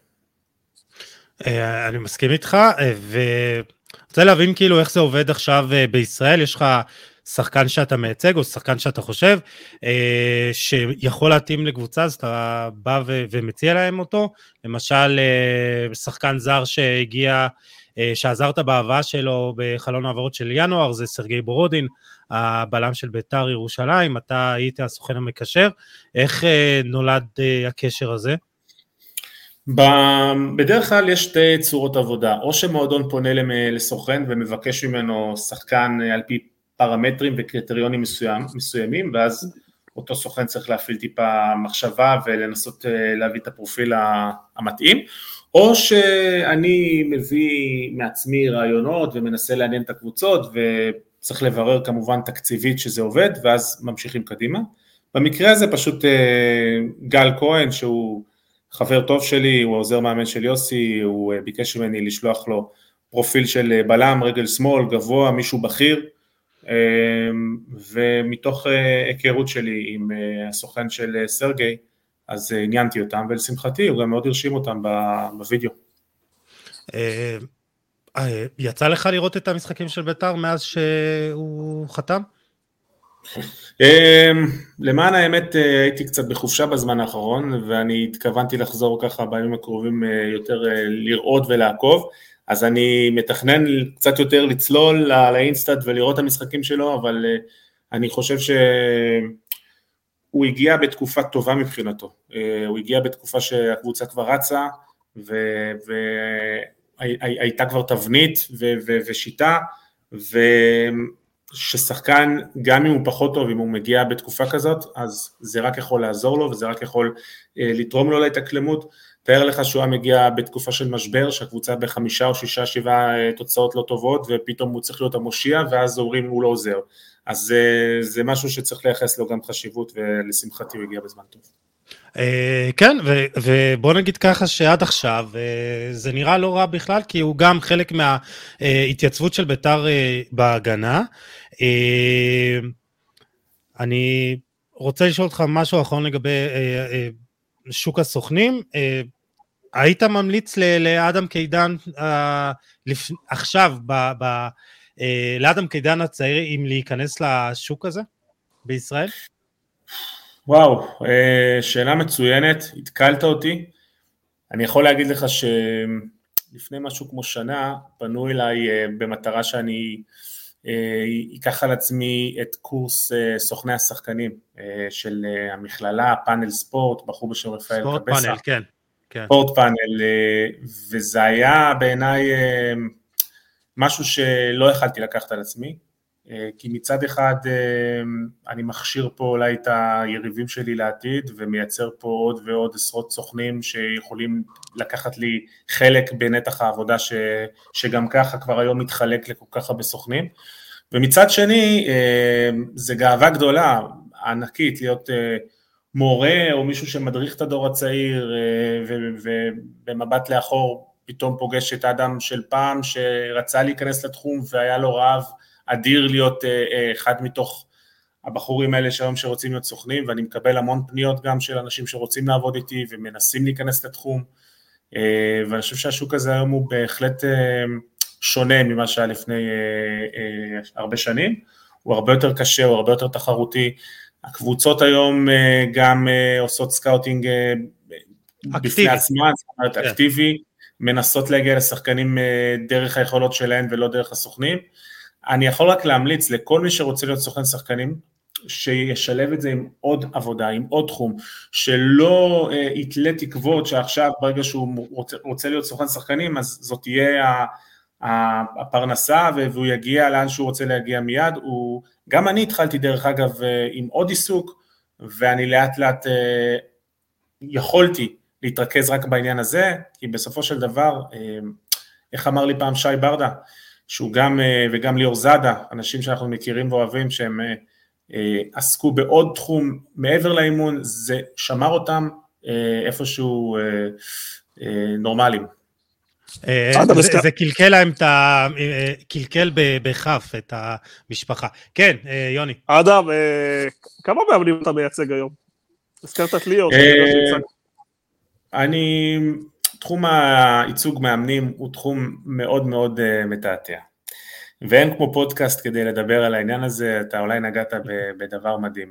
אני מסכים איתך, ורוצה להבין כאילו איך זה עובד עכשיו בישראל, יש לך שחקן שאתה מייצג, או שחקן שאתה חושב, שיכול להתאים לקבוצה, אז אתה בא ומציע להם אותו, למשל, שחקן זר שהגיע, שעזרת בהבאה שלו בחלון העברות של ינואר, זה סרגי בורודין, הבלם של בית"ר ירושלים, אתה היית הסוכן המקשר, איך נולד הקשר הזה? בדרך כלל יש שתי צורות עבודה, או שמועדון פונה לסוכן ומבקש ממנו שחקן על פי פרמטרים וקריטריונים מסוים, מסוימים, ואז אותו סוכן צריך להפעיל טיפה מחשבה ולנסות להביא את הפרופיל המתאים, או שאני מביא מעצמי רעיונות ומנסה לעניין את הקבוצות וצריך לברר כמובן תקציבית שזה עובד ואז ממשיכים קדימה. במקרה הזה פשוט גל כהן שהוא חבר טוב שלי, הוא עוזר מאמן של יוסי, הוא ביקש ממני לשלוח לו פרופיל של בלם, רגל שמאל, גבוה, מישהו בכיר, ומתוך היכרות שלי עם הסוכן של סרגי, אז עניינתי אותם, ולשמחתי הוא גם מאוד הרשים אותם בווידאו. יצא לך לראות את המשחקים של בית"ר מאז שהוא חתם? למען האמת הייתי קצת בחופשה בזמן האחרון, ואני התכוונתי לחזור ככה בימים הקרובים יותר לראות ולעקוב, אז אני מתכנן קצת יותר לצלול לאינסטאט ולראות את המשחקים שלו, אבל אני חושב שהוא הגיע בתקופה טובה מבחינתו, הוא הגיע בתקופה שהקבוצה כבר רצה, והייתה כבר תבנית ושיטה, וששחקן, גם אם הוא פחות טוב, אם הוא מגיע בתקופה כזאת, אז זה רק יכול לעזור לו, וזה רק יכול לתרום לו להתאקלמות. תאר לך שהוא מגיע בתקופה של משבר, שהקבוצה בחמישה או שישה, שבעה תוצאות לא טובות, ופתאום הוא צריך להיות המושיע, ואז אומרים הוא לא עוזר. אז זה, זה משהו שצריך לייחס לו גם חשיבות, ולשמחתי הוא הגיע בזמן טוב. כן, ובוא נגיד ככה שעד עכשיו, זה נראה לא רע בכלל, כי הוא גם חלק מההתייצבות של בית"ר בהגנה. אני רוצה לשאול אותך משהו אחרון לגבי שוק הסוכנים, היית ממליץ לאדם קידן עכשיו, לאדם קידן הצעיר, אם להיכנס לשוק הזה בישראל? וואו, שאלה מצוינת, התקלת אותי. אני יכול להגיד לך שלפני משהו כמו שנה, פנו אליי במטרה שאני אקח על עצמי את קורס סוכני השחקנים של המכללה, פאנל ספורט, בחור בשם רפאל קבסה. ספורט פאנל, כן. ספורט פאנל, וזה היה בעיניי משהו שלא יכלתי לקחת על עצמי, כי מצד אחד אני מכשיר פה אולי את היריבים שלי לעתיד, ומייצר פה עוד ועוד עשרות סוכנים שיכולים לקחת לי חלק בנתח העבודה ש, שגם ככה כבר היום מתחלק לכל כך הרבה סוכנים, ומצד שני זה גאווה גדולה, ענקית, להיות מורה או מישהו שמדריך את הדור הצעיר, ובמבט לאחור פתאום פוגש את האדם של פעם שרצה להיכנס לתחום והיה לו רעב אדיר להיות אחד מתוך הבחורים האלה שהיום שרוצים להיות סוכנים, ואני מקבל המון פניות גם של אנשים שרוצים לעבוד איתי ומנסים להיכנס לתחום, ואני חושב שהשוק הזה היום הוא בהחלט שונה ממה שהיה לפני הרבה שנים, הוא הרבה יותר קשה, הוא הרבה יותר תחרותי, הקבוצות היום גם עושות סקאוטינג בפני עצמן, זאת אומרת אקטיבי, מנסות להגיע לשחקנים דרך היכולות שלהן ולא דרך הסוכנים. אני יכול רק להמליץ לכל מי שרוצה להיות סוכן שחקנים, שישלב את זה עם עוד עבודה, עם עוד תחום, שלא יתלה תקוות שעכשיו ברגע שהוא רוצה, רוצה להיות סוכן שחקנים, אז זאת תהיה הפרנסה והוא יגיע לאן שהוא רוצה להגיע מיד. הוא, גם אני התחלתי דרך אגב עם עוד עיסוק, ואני לאט לאט יכולתי להתרכז רק בעניין הזה, כי בסופו של דבר, איך אמר לי פעם שי ברדה, שהוא גם, וגם ליאור זאדה, אנשים שאנחנו מכירים ואוהבים, שהם עסקו בעוד תחום מעבר לאימון, זה שמר אותם איפשהו נורמליים. זה קלקל להם את ה... קלקל בכף את המשפחה. כן, יוני. אדם, כמה מאמנים אתה מייצג היום? הזכרת את ליאור. אני... תחום הייצוג מאמנים הוא תחום מאוד מאוד מתעתע. ואין כמו פודקאסט כדי לדבר על העניין הזה, אתה אולי נגעת בדבר מדהים.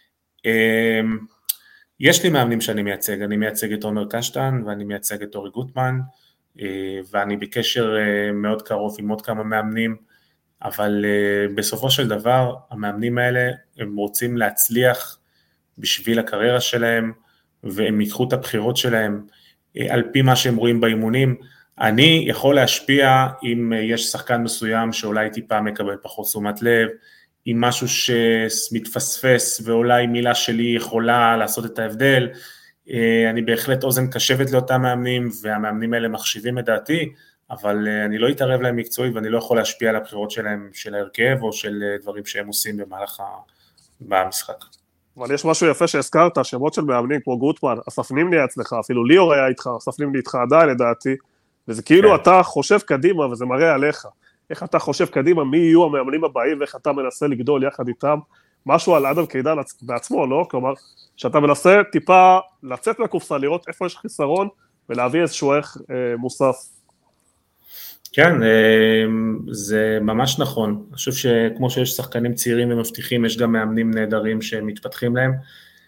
יש לי מאמנים שאני מייצג, אני מייצג את עומר קשטן, ואני מייצג את אורי גוטמן, ואני בקשר מאוד קרוב עם עוד כמה מאמנים, אבל בסופו של דבר, המאמנים האלה, הם רוצים להצליח בשביל הקריירה שלהם, והם ייקחו את הבחירות שלהם, על פי מה שהם רואים באימונים. אני יכול להשפיע אם יש שחקן מסוים שאולי טיפה מקבל פחות תשומת לב, עם משהו שמתפספס ואולי מילה שלי יכולה לעשות את ההבדל, אני בהחלט אוזן קשבת לאותם מאמנים, והמאמנים האלה מחשיבים את דעתי, אבל אני לא אתערב להם מקצועית, ואני לא יכול להשפיע על הבחירות שלהם, של ההרכב, או של דברים שהם עושים במהלך במשחק. אבל יש משהו יפה שהזכרת, שמות של מאמנים כמו גוטמן, אסף נימני אצלך, אפילו ליאור היה איתך, אסף נימני איתך עדיין לדעתי, וזה כאילו כן. אתה חושב קדימה, וזה מראה עליך. איך אתה חושב קדימה, מי יהיו המאמנים הבאים, ואיך אתה מנסה לגדול יחד איתם, משהו על אדם קידן בעצמו, לא? כלומר, שאתה מנסה טיפה לצאת מהקופסה, לראות איפה יש חיסרון, ולהביא איזשהו ערך אה, מוסף. כן, זה ממש נכון. אני חושב שכמו שיש שחקנים צעירים ומבטיחים, יש גם מאמנים נהדרים שמתפתחים להם.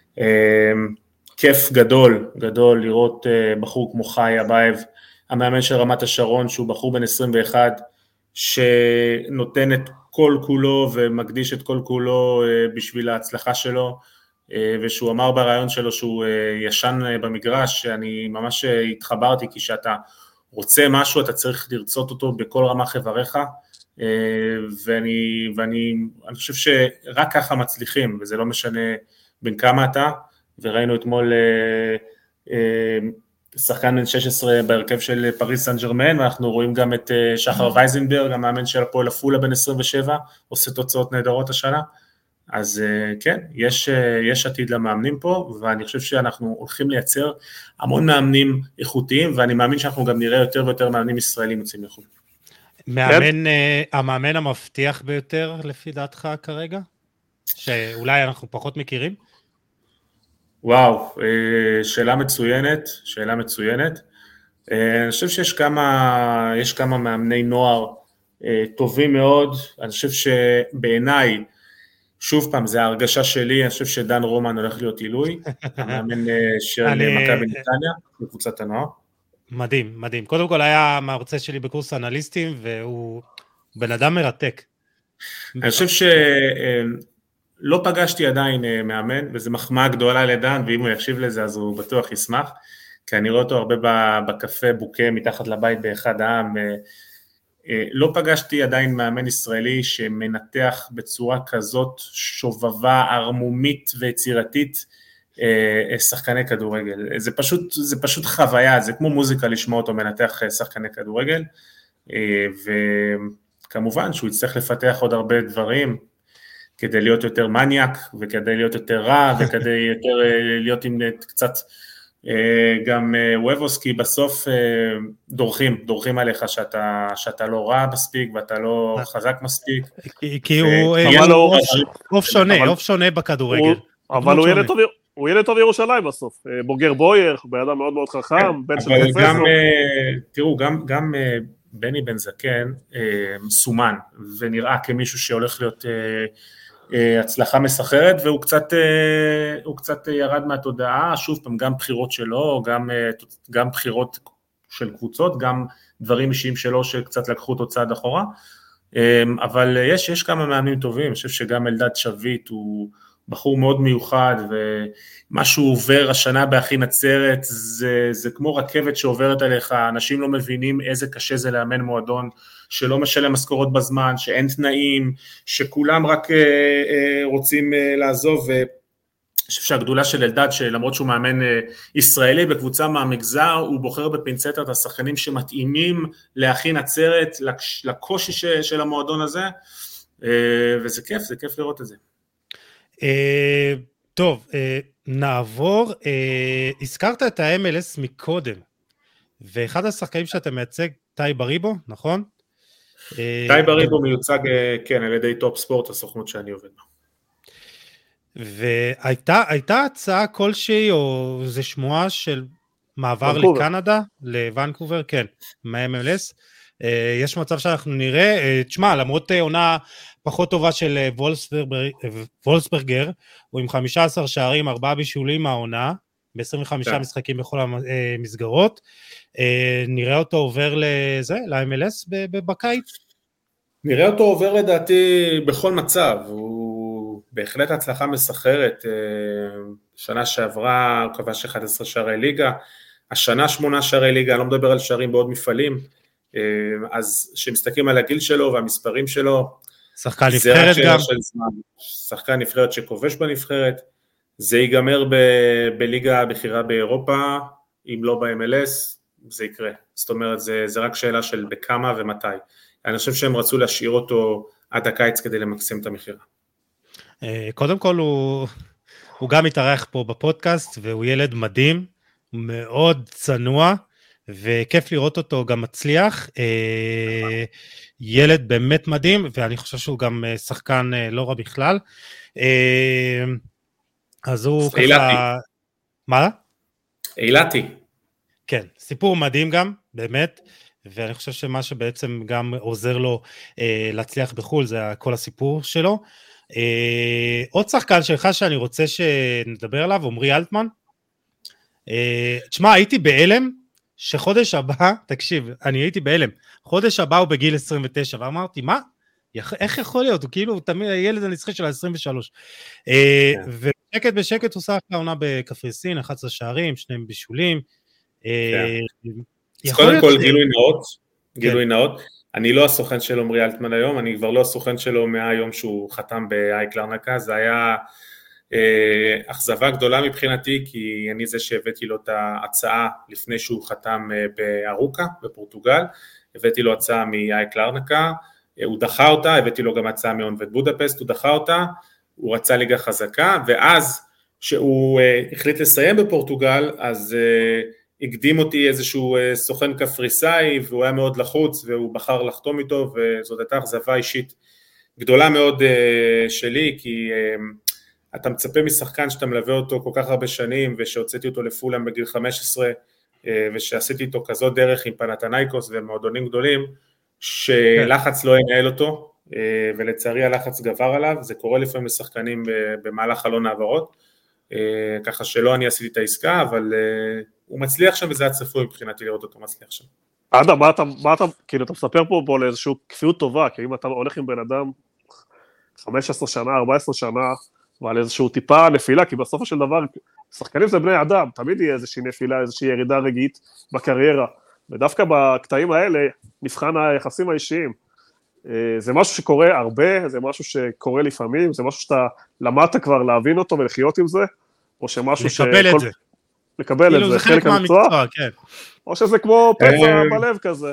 כיף גדול, גדול לראות בחור כמו חי אבייב, המאמן של רמת השרון, שהוא בחור בן עשרים ואחת, שנותן את כל כולו ומקדיש את כל כולו בשביל ההצלחה שלו, ושהוא אמר ברעיון שלו שהוא ישן במגרש, שאני ממש התחברתי, כי שאתה רוצה משהו, אתה צריך לרצות אותו בכל רמה חבריך, ואני, ואני אני חושב שרק ככה מצליחים, וזה לא משנה בין כמה אתה, וראינו אתמול שחקן בן שש עשרה בהרכב של פריס סן ז'רמן, ואנחנו רואים גם את שחר וייזנברג, המאמן של הפועל עפולה בן עשרים ושבע, עושה תוצאות נהדרות השנה, אז כן, יש, יש עתיד למאמנים פה, ואני חושב שאנחנו הולכים לייצר המון מאמנים איכותיים, ואני מאמין שאנחנו גם נראה יותר ויותר מאמנים ישראלים יוצאים לחו"ל. מאמן, המאמן המבטיח ביותר לפי דעתך כרגע? שאולי אנחנו פחות מכירים? וואו, שאלה מצוינת, שאלה מצוינת. אני חושב שיש כמה, יש כמה מאמני נוער טובים מאוד, אני חושב שבעיניי, שוב פעם, זה ההרגשה שלי, אני חושב שדן רומן הולך להיות עילוי, המאמן של מכבי נתניה, בקבוצת הנוער. מדהים, מדהים. קודם כל היה מרצה שלי בקורס אנליסטים, והוא בן אדם מרתק. אני חושב שלא פגשתי עדיין מאמן, וזו מחמאה גדולה לדן, ואם הוא יקשיב לזה אז הוא בטוח ישמח, כי אני רואה אותו הרבה בקפה בוקה מתחת לבית באחד העם, לא פגשתי עדיין מאמן ישראלי שמנתח בצורה כזאת שובבה, ערמומית ויצירתית שחקני כדורגל. זה פשוט, זה פשוט חוויה, זה כמו מוזיקה לשמוע אותו מנתח שחקני כדורגל, וכמובן שהוא יצטרך לפתח עוד הרבה דברים, כדי להיות יותר מניאק, וכדי להיות יותר רע, וכדי יותר להיות עם קצת גם וובוסקי, בסוף דורכים, דורכים עליך שאתה, שאתה לא רע מספיק, ואתה לא חזק מספיק. כי הוא אוף שונה, אוף שונה בכדורגל. אבל הוא ילד טוב, הוא ילד טוב ירושלים בסוף, בוגר בויר, באדם מאוד מאוד חכם, בן של פרופסור. תראו, גם בני בן זקן סומן, ונראה כמישהו שהולך להיות הצלחה מסחרת, והוא קצת, הוא קצת ירד מהתודעה, שוב פעם, גם בחירות שלו, גם, גם בחירות של קבוצות, גם דברים אישיים שלו שקצת לקחו אותו צעד אחורה, אבל יש, יש כמה מאמנים טובים, אני חושב שגם אלדד שביט הוא בחור מאוד מיוחד, ומה שהוא עובר השנה באחי נצרת, זה, זה כמו רכבת שעוברת עליך, אנשים לא מבינים איזה קשה זה לאמן מועדון, שלא משלם משכורות בזמן, שאין תנאים, שכולם רק אה, אה, רוצים אה, לעזוב, ואני חושב שהגדולה של אלדד, שלמרות שהוא מאמן אה, ישראלי בקבוצה מהמגזר, הוא בוחר בפינצטה את השחקנים שמתאימים לאחי נצרת, לקושי ש, של המועדון הזה, אה, וזה כיף, זה כיף לראות את זה. אה, טוב, אה, נעבור, אה, הזכרת את ה-אם אל אס מקודם, ואחד השחקנים שאתה מייצג, טי בריבו, נכון? טי בריבו מיוצג, כן, על ידי טופ ספורט, הסוכנות שאני עובד בה. והייתה הצעה כלשהי, או זה שמועה של מעבר לקנדה, לוונקובר, כן, מה-אם אל אס, יש מצב שאנחנו נראה, תשמע, למרות עונה פחות טובה של וולסברגר, הוא עם חמישה עשר שערים, ארבעה בישולים מהעונה, ב-עשרים וחמישה משחקים בכל המסגרות, נראה אותו עובר לזה, ל-אם אל אס בקיץ? נראה אותו עובר לדעתי בכל מצב, הוא בהחלט הצלחה מסחררת, שנה שעברה הוא כבש אחד עשר שערי ליגה, השנה שמונה שערי ליגה, אני לא מדבר על שערים בעוד מפעלים, אז שמסתכלים על הגיל שלו והמספרים שלו, שחקן נבחרת גם, שחקן נבחרת שכובש בנבחרת, זה ייגמר ב- בליגה הבכירה באירופה, אם לא ב-אם אל אס, זה יקרה, זאת אומרת זה, זה רק שאלה של בכמה ומתי, אני חושב שהם רצו להשאיר אותו עד הקיץ כדי למקסם את המחירה. קודם כל הוא, הוא גם מתארח פה בפודקאסט, והוא ילד מדהים, מאוד צנוע, וכיף לראות אותו גם מצליח, ילד באמת מדהים, ואני חושב שהוא גם שחקן לא רע בכלל, אז הוא ככה... מה? אילתי. כן, סיפור מדהים גם, באמת, ואני חושב שמה שבעצם גם עוזר לו להצליח בחול, זה כל הסיפור שלו. עוד שחקן שלך שאני רוצה שנדבר עליו, עומרי אלטמן, תשמע, הייתי באלם, שחודש הבא, תקשיב, אני הייתי באלם, חודש הבא הוא בגיל עשרים ותשע, ואמרתי, מה? איך יכול להיות? הוא כאילו תמיד הילד הנצחי של ה-עשרים ושלוש. ושקט בשקט הוא שח לעונה בקפריסין, אחד עשר שערים, שניהם בישולים. אז קודם כל גילוי נאות, גילוי נאות, אני לא הסוכן של עומרי אלטמן היום, אני כבר לא הסוכן שלו מהיום שהוא חתם באייק לארנקה, זה היה אכזבה גדולה מבחינתי, כי אני זה שהבאתי לו את ההצעה לפני שהוא חתם בארוקה, בפורטוגל, הבאתי לו הצעה מאייק לארנקה, הוא דחה אותה, הבאתי לו גם הצעה מאונבד בודפסט, הוא דחה אותה, הוא רצה ליגה חזקה, ואז שהוא החליט לסיים בפורטוגל, אז הקדים אותי איזשהו סוכן קפריסאי, והוא היה מאוד לחוץ, והוא בחר לחתום איתו, וזאת הייתה אכזבה אישית גדולה מאוד שלי, כי אתה מצפה משחקן שאתה מלווה אותו כל כך הרבה שנים, ושהוצאתי אותו לפולאם בגיל חמש עשרה, ושעשיתי איתו כזאת דרך עם פנתנייקוס ומועדונים גדולים, שלחץ לא ינהל אותו, ולצערי הלחץ גבר עליו, זה קורה לפעמים לשחקנים במהלך חלון העברות, ככה שלא אני עשיתי את העסקה, אבל הוא מצליח שם, וזה הצפוי מבחינתי לראות אותו מצליח שם. אדם, מה אתה, מה אתה, כאילו אתה מספר פה בו לאיזושהי כפיות טובה, כי אם אתה הולך עם בן אדם חמש עשרה שנה, ארבע עשרה שנה, ועל איזושהי טיפה נפילה, כי בסופו של דבר, שחקנים זה בני אדם, תמיד יהיה איזושהי נפילה, איזושהי ירידה רגעית בקריירה, ודווקא בקטעים האלה נבחן היחסים האישיים. זה משהו שקורה הרבה, זה משהו שקורה לפעמים, זה משהו שאתה למדת כבר להבין אותו ולחיות עם זה, או שמשהו ש... לקבל את זה. לקבל את זה, זה חלק מהמקצוע, כן. או שזה כמו פצע בלב כזה.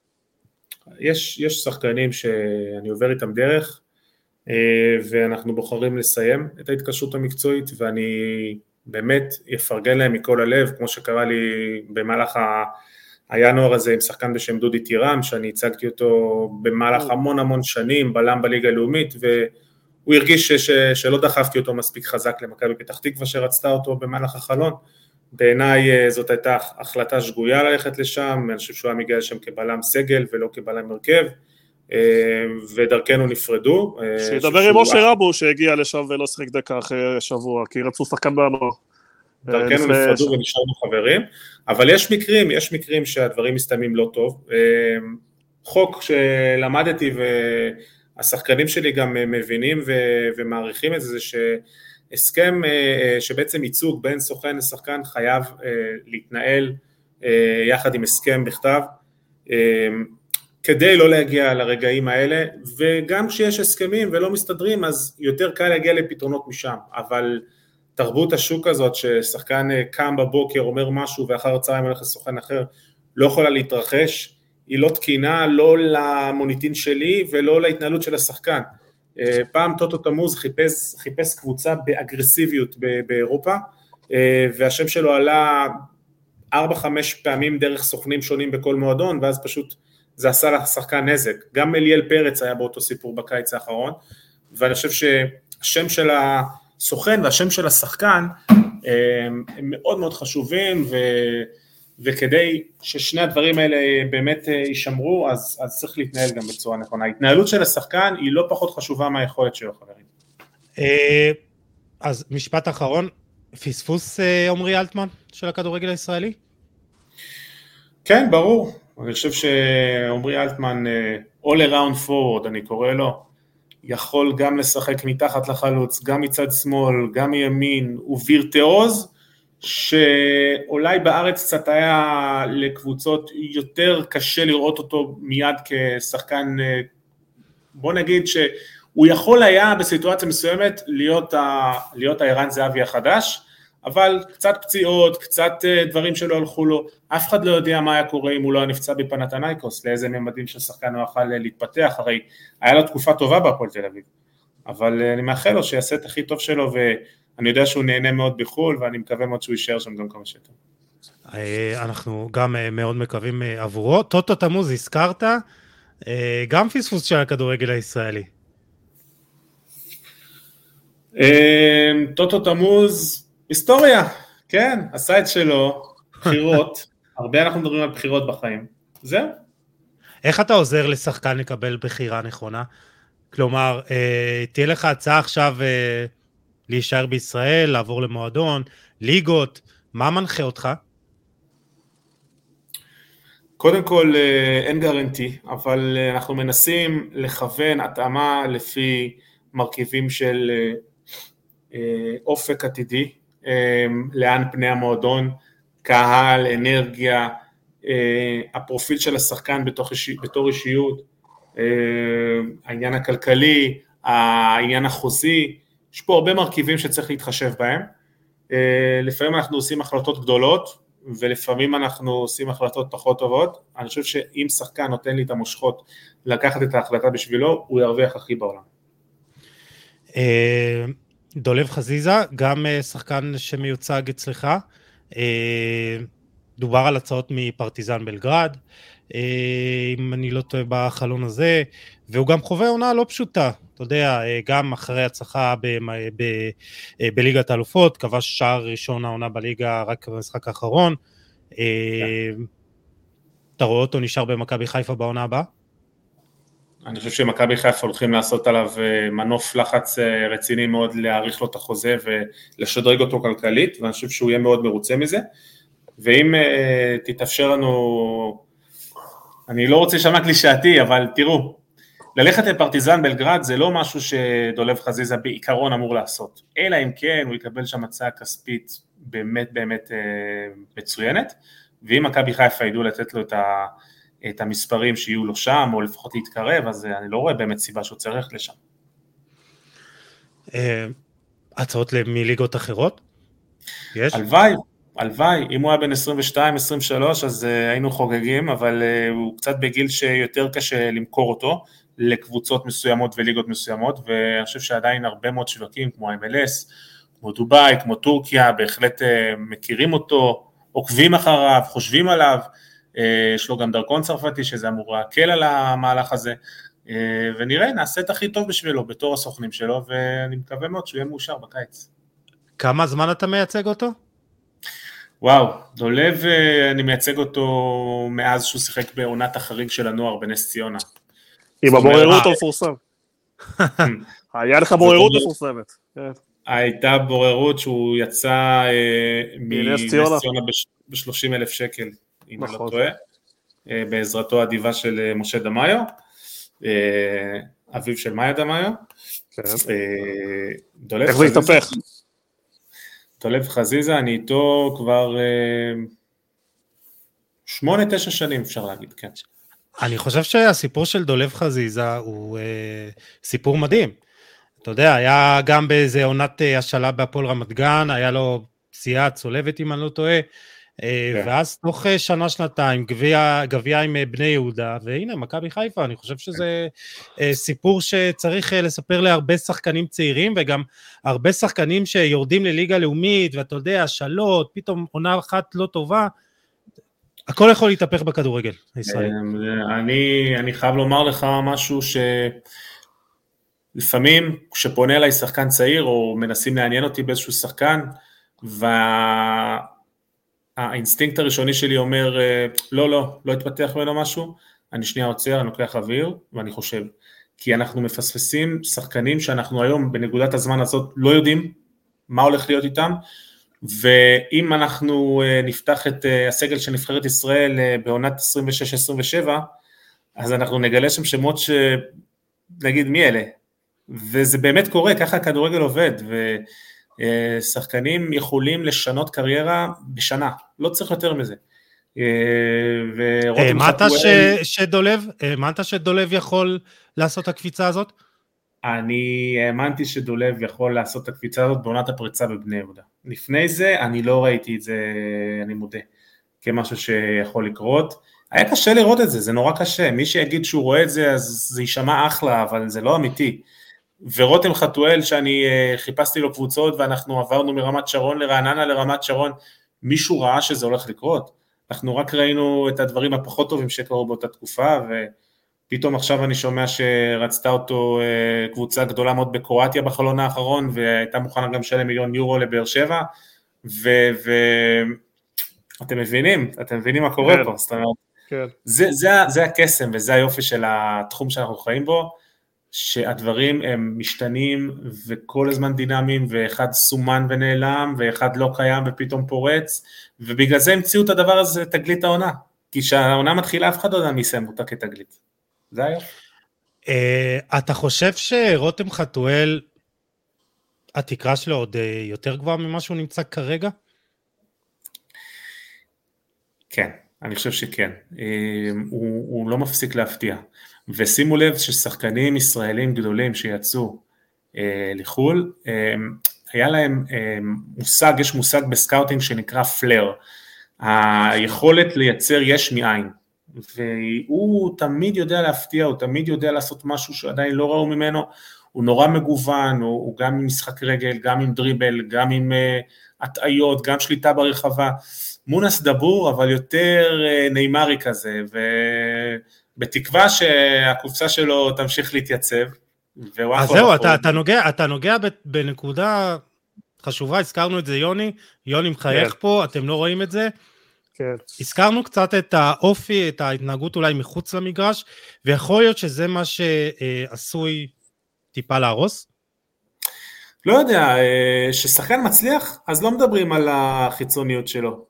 יש, יש שחקנים שאני עובר איתם דרך, ואנחנו בוחרים לסיים את ההתקשרות המקצועית, ואני באמת אפרגן להם מכל הלב, כמו שקרה לי במהלך הינואר הזה עם שחקן בשם דודי טירם, שאני הצגתי אותו במהלך המון המון שנים, בלם בליגה הלאומית, והוא הרגיש ש, שלא דחפתי אותו מספיק חזק למכבי פתח תקווה שרצתה אותו במהלך החלון, בעיניי זאת הייתה החלטה שגויה ללכת לשם, אני חושב שהוא היה מגיע לשם כבלם סגל ולא כבלם הרכב, ודרכנו נפרדו. שידבר עם משה רבו שהגיע לשם ולא שחק דקה אחרי שבוע, כי רצו שחקן בנו. דרכנו נפרדו ונשארנו חברים, אבל יש מקרים, יש מקרים שהדברים מסתיימים לא טוב. חוק שלמדתי והשחקנים שלי גם מבינים ומעריכים את זה, זה שהסכם שבעצם ייצוג בין סוכן לשחקן חייב להתנהל יחד עם הסכם בכתב, כדי לא להגיע לרגעים האלה, וגם כשיש הסכמים ולא מסתדרים, אז יותר קל להגיע לפתרונות משם, אבל תרבות השוק הזאת, ששחקן קם בבוקר, אומר משהו, ואחר הצהריים הולך לסוכן אחר, לא יכולה להתרחש, היא לא תקינה, לא למוניטין שלי, ולא להתנהלות של השחקן. פעם טוטו תמוז חיפש, חיפש קבוצה באגרסיביות באירופה, והשם שלו עלה ארבע חמש פעמים דרך סוכנים שונים בכל מועדון, ואז פשוט זה עשה לשחקן נזק. גם אליאל פרץ היה באותו סיפור בקיץ האחרון, ואני חושב שהשם של הסוכן והשם של השחקן הם מאוד מאוד חשובים, וכדי ששני הדברים האלה באמת יישמרו, אז, אז צריך להתנהל גם בצורה נכונה. ההתנהלות של השחקן היא לא פחות חשובה מהיכולת שלו, חברים. אז משפט אחרון, פספוס עומרי אלטמן של הכדורגל הישראלי? כן, ברור. אני חושב שעומרי אלטמן, all around forward, אני קורא לו, יכול גם לשחק מתחת לחלוץ, גם מצד שמאל, גם מימין, הוא וירטואוז, שאולי בארץ קצת היה לקבוצות יותר קשה לראות אותו מיד כשחקן, בוא נגיד שהוא יכול היה בסיטואציה מסוימת להיות, ה, להיות הערן זהבי החדש, אבל קצת פציעות, קצת דברים שלא הלכו לו, אף אחד לא יודע מה היה קורה אם הוא לא היה נפצע בפנתנייקוס, לאיזה ממדים של שחקן הוא יוכל להתפתח, הרי היה לו תקופה טובה בהפועל תל אביב, אבל אני מאחל לו שיעשה את הכי טוב שלו, ואני יודע שהוא נהנה מאוד בחול, ואני מקווה מאוד שהוא יישאר שם גם כמה שיותר. אנחנו גם מאוד מקווים עבורו. טוטו תמוז, הזכרת, גם פספוס של הכדורגל הישראלי. טוטו תמוז, היסטוריה, כן, עשה את שלו, בחירות, הרבה אנחנו מדברים על בחירות בחיים, זהו. איך אתה עוזר לשחקן לקבל בחירה נכונה? כלומר, אה, תהיה לך הצעה עכשיו אה, להישאר בישראל, לעבור למועדון, ליגות, מה מנחה אותך? קודם כל אה, אין גרנטי, אבל אה, אנחנו מנסים לכוון התאמה לפי מרכיבים של אה, אה, אופק עתידי, לאן פני המועדון, קהל, אנרגיה, הפרופיל של השחקן בתור אישיות, העניין הכלכלי, העניין החוזי, יש פה הרבה מרכיבים שצריך להתחשב בהם, לפעמים אנחנו עושים החלטות גדולות, ולפעמים אנחנו עושים החלטות פחות טובות, אני חושב שאם שחקן נותן לי את המושכות לקחת את ההחלטה בשבילו, הוא ירוויח הכי בעולם. דולב חזיזה, גם שחקן שמיוצג אצלך, דובר על הצעות מפרטיזן בלגרד, אם אני לא טועה בחלון הזה, והוא גם חווה עונה לא פשוטה, אתה יודע, גם אחרי הצלחה בליגת האלופות, כבש שער ראשון העונה בליגה רק במשחק האחרון, אתה רואה אותו נשאר במכבי חיפה בעונה הבאה? אני חושב שמכבי חיפה הולכים לעשות עליו מנוף לחץ רציני מאוד להאריך לו את החוזה ולשדרג אותו כלכלית, ואני חושב שהוא יהיה מאוד מרוצה מזה, ואם תתאפשר לנו, אני לא רוצה לשמע קלישאתי, אבל תראו, ללכת לפרטיזן בלגרד זה לא משהו שדולב חזיזה בעיקרון אמור לעשות, אלא אם כן הוא יקבל שם הצעה כספית באמת באמת מצוינת, ואם מכבי חיפה ידעו לתת לו את ה... את המספרים שיהיו לו שם, או לפחות להתקרב, אז אני לא רואה באמת סיבה שהוא צריך לשם. הצעות מליגות אחרות? יש? הלוואי, הלוואי, אם הוא היה בין עשרים ושתיים עשרים ושלוש, אז היינו חוגגים, אבל הוא קצת בגיל שיותר קשה למכור אותו, לקבוצות מסוימות וליגות מסוימות, ואני חושב שעדיין הרבה מאוד שווקים, כמו ה-אם אל אס, כמו דובאי, כמו טורקיה, בהחלט מכירים אותו, עוקבים אחריו, חושבים עליו, יש לו גם דרכון צרפתי שזה אמור להקל על המהלך הזה, ונראה, נעשה את הכי טוב בשבילו בתור הסוכנים שלו, ואני מקווה מאוד שהוא יהיה מאושר בקיץ. כמה זמן אתה מייצג אותו? וואו, דולב אני מייצג אותו מאז שהוא שיחק בעונת החריג של הנוער בנס ציונה. עם הבוררות המפורסם. היה לך בוררות מפורסמת. הייתה בוררות שהוא יצא מנס ציונה ב-שלושים אלף שקל. אם אני לא טועה, בעזרתו האדיבה של משה דמאיו, אביו של מאיה דמאיו. איך זה יתהפך? דולב חזיזה, אני איתו כבר שמונה, תשע שנים אפשר להגיד, כן. אני חושב שהסיפור של דולב חזיזה הוא סיפור מדהים. אתה יודע, היה גם באיזה עונת השאלה בהפועל רמת גן, היה לו פציעה צולבת אם אני לא טועה, ואז תוך שנה שנתיים גביע עם בני יהודה, והנה מכבי חיפה, אני חושב שזה סיפור שצריך לספר להרבה שחקנים צעירים, וגם הרבה שחקנים שיורדים לליגה לאומית, ואתה יודע, שלוט, פתאום עונה אחת לא טובה, הכל יכול להתהפך בכדורגל הישראלי. אני, אני חייב לומר לך משהו שלפעמים כשפונה אליי שחקן צעיר, או מנסים לעניין אותי באיזשהו שחקן, וה... האינסטינקט הראשוני שלי אומר, לא, לא, לא התפתח ממנו משהו, אני שנייה עוצר, אני לוקח אוויר, ואני חושב, כי אנחנו מפספסים שחקנים שאנחנו היום בנקודת הזמן הזאת לא יודעים מה הולך להיות איתם, ואם אנחנו נפתח את הסגל של נבחרת ישראל בעונת עשרים ושש עשרים ושבע, אז אנחנו נגלה שם שמות שנגיד מי אלה, וזה באמת קורה, ככה הכדורגל עובד, ושחקנים יכולים לשנות קריירה בשנה, לא צריך יותר מזה. האמנת שדולב, האמנת שדולב יכול לעשות את הקפיצה הזאת? אני האמנתי שדולב יכול לעשות את הקפיצה הזאת בעונת הפריצה בבני יהודה. לפני זה אני לא ראיתי את זה, אני מודה, כמשהו שיכול לקרות. היה קשה לראות את זה, זה נורא קשה. מי שיגיד שהוא רואה את זה, אז זה יישמע אחלה, אבל זה לא אמיתי. ורותם חתואל, שאני חיפשתי לו קבוצות, ואנחנו עברנו מרמת שרון לרעננה לרמת שרון, מישהו ראה שזה הולך לקרות. אנחנו רק ראינו את הדברים הפחות טובים שקרו באותה תקופה, ופתאום עכשיו אני שומע שרצתה אותו קבוצה גדולה מאוד בקרואטיה בחלון האחרון, והייתה מוכנה גם לשלם מיליון יורו לבאר שבע, ואתם מבינים, אתם מבינים מה קורה פה, זאת אומרת, זה הקסם וזה היופי של התחום שאנחנו חיים בו, שהדברים הם משתנים וכל הזמן דינמיים, ואחד סומן ונעלם, ואחד לא קיים ופתאום פורץ, ובגלל זה המציאו את הדבר הזה, תגלית העונה, כי כשהעונה מתחילה אף אחד לא יודע מי יסיים אותה כתגלית. זה היה. אתה חושב שרותם חתואל, התקרה שלו עוד יותר גבוהה ממה שהוא נמצא כרגע? כן, אני חושב שכן. הוא, הוא לא מפסיק להפתיע. ושימו לב ששחקנים ישראלים גדולים שיצאו אה, לחול, אה, היה להם אה, מושג, יש מושג בסקאוטינג שנקרא פלר, היכולת לייצר יש מאין, והוא תמיד יודע להפתיע, הוא תמיד יודע לעשות משהו שעדיין לא ראו ממנו, הוא נורא מגוון, הוא, הוא גם עם משחק רגל, גם עם דריבל, גם עם אה, הטעיות, גם שליטה ברחבה, מונס דבור, אבל יותר אה, ניימרי כזה, ו... בתקווה שהקופסה שלו תמשיך להתייצב. אז זהו, אתה, אתה נוגע, אתה נוגע בנקודה חשובה, הזכרנו את זה יוני, יוני מחייך כן. פה, אתם לא רואים את זה. כן. הזכרנו קצת את האופי, את ההתנהגות אולי מחוץ למגרש, ויכול להיות שזה מה שעשוי טיפה להרוס? לא יודע, ששחקן מצליח, אז לא מדברים על החיצוניות שלו.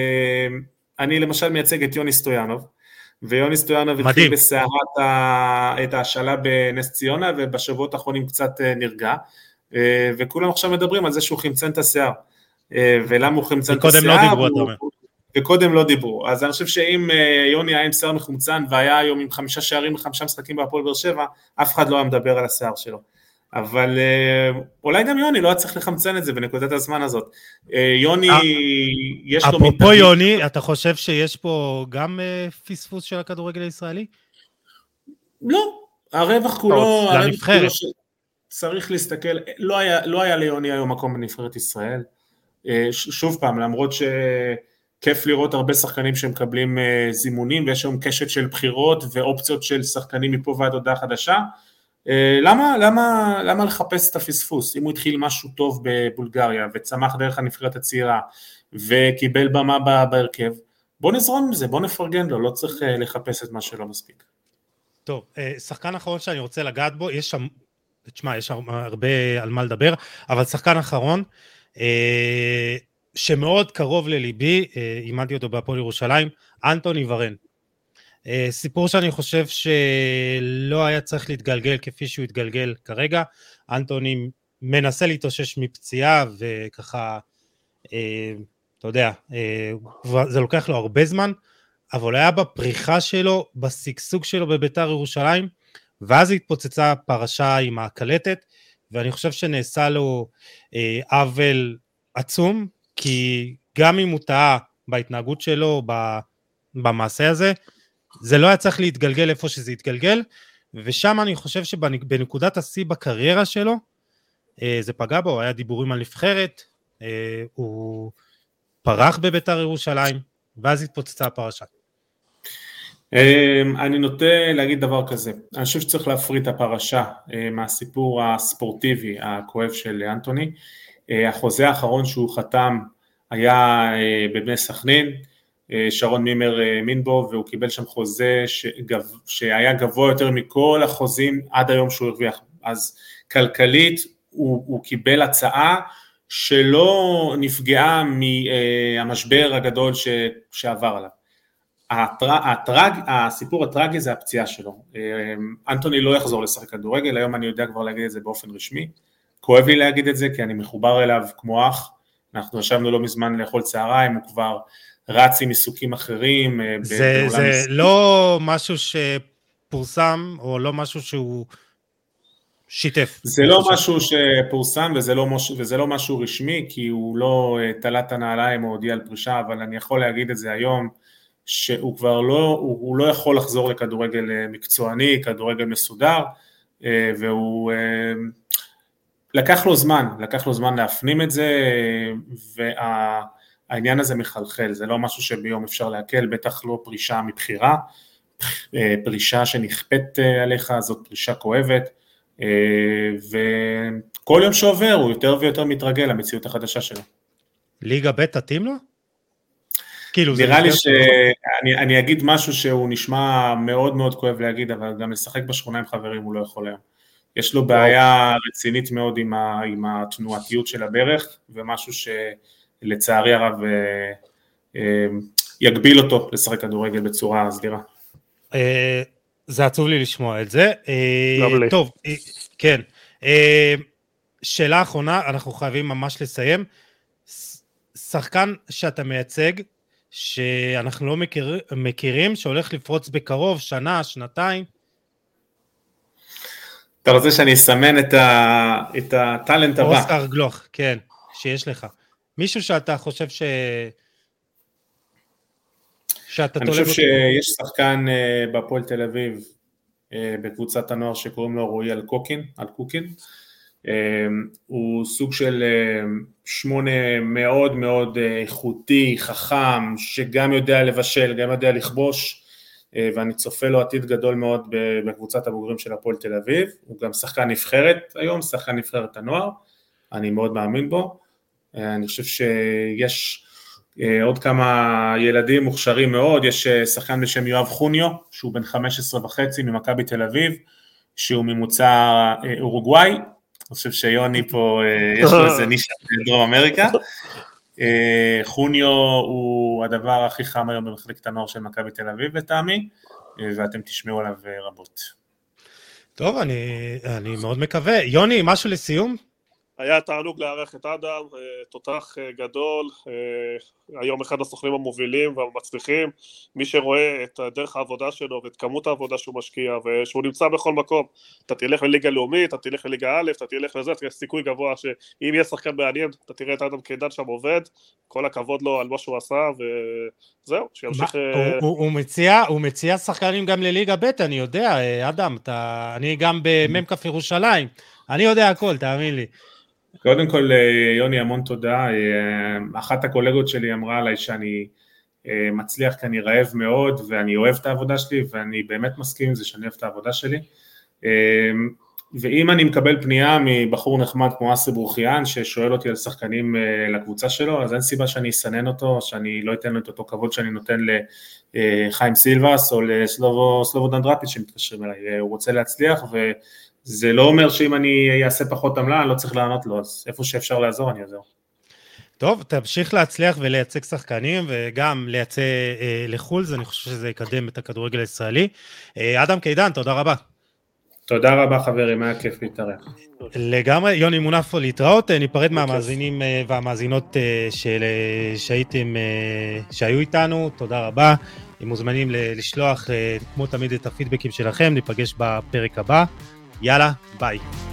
אני למשל מייצג את יוני סטויאנוב, ויוני סטויאנוב התחיל בסערת את ההשאלה בנס ציונה, ובשבועות האחרונים קצת נרגע, וכולם עכשיו מדברים על זה שהוא חמצן את השיער, ולמה הוא חמצן את השיער, וקודם לא דיברו, אתה אומר. וקודם לא דיברו, אז אני חושב שאם יוני היה עם שיער מחומצן, והיה היום עם חמישה שערים וחמישה משחקים בהפועל באר שבע, אף אחד לא היה מדבר על השיער שלו. אבל אולי גם יוני לא היה צריך לחמצן את זה בנקודת הזמן הזאת. יוני, יש לו... אפרופו יוני, אתה חושב שיש פה גם פספוס של הכדורגל הישראלי? לא, הרווח כולו, צריך להסתכל, לא היה ליוני היום מקום בנבחרת ישראל. שוב פעם, למרות שכיף לראות הרבה שחקנים שמקבלים זימונים, ויש היום קשת של בחירות ואופציות של שחקנים מפה ועד הודעה חדשה, למה, למה, למה לחפש את הפספוס? אם הוא התחיל משהו טוב בבולגריה, וצמח דרך הנבחרת הצעירה, וקיבל במה בהרכב, בוא נזרום עם זה, בוא נפרגן לו, לא צריך לחפש את מה שלא מספיק. טוב, שחקן אחרון שאני רוצה לגעת בו, יש שם, תשמע, יש הרבה על מה לדבר, אבל שחקן אחרון, שמאוד קרוב לליבי, אימנתי אותו בהפועל ירושלים, אנטוני ורן. סיפור שאני חושב שלא היה צריך להתגלגל כפי שהוא התגלגל כרגע, אנטוני מנסה להתאושש מפציעה וככה, אתה יודע, זה לוקח לו הרבה זמן, אבל היה בפריחה שלו, בסגסוג שלו בביתר ירושלים, ואז התפוצצה פרשה עם הקלטת, ואני חושב שנעשה לו עוול עצום, כי גם אם הוא טעה בהתנהגות שלו, במעשה הזה, זה לא היה צריך להתגלגל איפה שזה התגלגל, ושם אני חושב שבנקודת השיא בקריירה שלו, זה פגע בו, היה דיבורים על נבחרת, הוא פרח בביתר ירושלים, ואז התפוצצה הפרשה. אני נוטה להגיד דבר כזה, אני חושב שצריך להפריד את הפרשה מהסיפור הספורטיבי הכואב של אנטוני, החוזה האחרון שהוא חתם היה בבני סכנין, שרון מימר האמין בו, והוא קיבל שם חוזה שגב, שהיה גבוה יותר מכל החוזים עד היום שהוא הרוויח. אז כלכלית הוא, הוא קיבל הצעה שלא נפגעה מהמשבר הגדול ש, שעבר עליו. הטרג, הטרג, הסיפור הטרגי זה הפציעה שלו. אנטוני לא יחזור לשחק כדורגל, היום אני יודע כבר להגיד את זה באופן רשמי. כואב לי להגיד את זה, כי אני מחובר אליו כמו אח. אנחנו ישבנו לא מזמן לאכול צהריים, הוא כבר רץ עם עיסוקים אחרים. זה, זה לא משהו שפורסם, או לא משהו שהוא שיתף. זה לא משהו שפורסם, וזה לא, וזה לא משהו רשמי, כי הוא לא תלת הנעליים או הודיע על פרישה, אבל אני יכול להגיד את זה היום, שהוא כבר לא, הוא, הוא לא יכול לחזור לכדורגל מקצועני, כדורגל מסודר, והוא לקח לו זמן, לקח לו זמן להפנים את זה, והעניין הזה מחלחל, זה לא משהו שביום אפשר להקל, בטח לא פרישה מבחירה, פרישה שנכפת עליך, זאת פרישה כואבת, וכל יום שעובר הוא יותר ויותר מתרגל למציאות החדשה שלו. ליגה ב' תתאים לו? נראה לי שאני אני אגיד משהו שהוא נשמע מאוד מאוד כואב להגיד, אבל גם לשחק בשכונה עם חברים הוא לא יכול היום. יש לו בעיה רצינית מאוד עם, ה, עם התנועתיות של הברך, ומשהו שלצערי הרב יגביל אותו לשחק כדורגל בצורה סדירה. זה עצוב לי לשמוע את זה. טוב, כן. שאלה אחרונה, אנחנו חייבים ממש לסיים. שחקן שאתה מייצג, שאנחנו לא מכיר, מכירים, שהולך לפרוץ בקרוב, שנה, שנתיים. אתה רוצה שאני אסמן את, ה, את הטלנט הבא? אוסקר גלוך, כן, שיש לך. מישהו שאתה חושב ש... שאתה אני חושב אותו. שיש שחקן בפועל תל אביב, בקבוצת הנוער שקוראים לו רועי אלקוקין, אלקוקין, הוא סוג של שמונה מאוד מאוד איכותי, חכם, שגם יודע לבשל, גם יודע לכבוש, ואני צופה לו עתיד גדול מאוד בקבוצת הבוגרים של הפועל תל אביב, הוא גם שחקן נבחרת היום, שחקן נבחרת הנוער, אני מאוד מאמין בו, אני חושב שיש עוד כמה ילדים מוכשרים מאוד, יש שחקן בשם יואב חוניו, שהוא בן חמש עשרה וחצי ממכבי תל אביב, שהוא ממוצא אורוגוואי, אני חושב שיוני פה, יש לו איזה נישה בדרום אמריקה, חוניו הוא הדבר הכי חם היום במחלקת הנוער של מכבי תל אביב לטעמי, ואתם תשמעו עליו רבות. טוב, אני, אני מאוד מקווה. יוני, משהו לסיום? היה תענוג לארח את אדם, תותח גדול, היום אחד הסוכנים המובילים והמצליחים, מי שרואה את דרך העבודה שלו ואת כמות העבודה שהוא משקיע ושהוא נמצא בכל מקום, אתה תלך לליגה לאומית, אתה תלך לליגה א', אתה תלך לזה, יש סיכוי גבוה שאם יהיה שחקן מעניין, אתה תראה את אדם קידן שם עובד, כל הכבוד לו על מה שהוא עשה וזהו, שימשיך... הוא, הוא, מציע, הוא מציע שחקנים גם לליגה ב', אני יודע, אדם, אתה, אני גם במ"כ ירושלים, אני יודע הכל, תאמין לי. קודם כל, יוני, המון תודה. אחת הקולגות שלי אמרה עליי שאני מצליח כי אני רעב מאוד, ואני אוהב את העבודה שלי, ואני באמת מסכים עם זה שאני אוהב את העבודה שלי. ואם אני מקבל פנייה מבחור נחמד כמו אסי ברוכיאן, ששואל אותי על שחקנים לקבוצה שלו, אז אין סיבה שאני אסנן אותו, שאני לא אתן לו את אותו כבוד שאני נותן לחיים סילבס, או לסלובו דנדרפיץ' שמתקשרים אליי. הוא רוצה להצליח, ו... זה לא אומר שאם אני אעשה פחות עמלה, אני לא צריך לענות לו, אז איפה שאפשר לעזור, אני אעזור. טוב, תמשיך להצליח ולייצג שחקנים, וגם לייצא אה, לחול, אז אני חושב שזה יקדם את הכדורגל הישראלי. אה, אדם קידן, תודה רבה. תודה רבה חברים, היה כיף להתארח. לגמרי, יוני מונפו להתראות, ניפרד מהמאזינים והמאזינות של, שהייתם, שהיו איתנו, תודה רבה, אם מוזמנים לשלוח כמו תמיד את הפידבקים שלכם, ניפגש בפרק הבא, יאללה, ביי.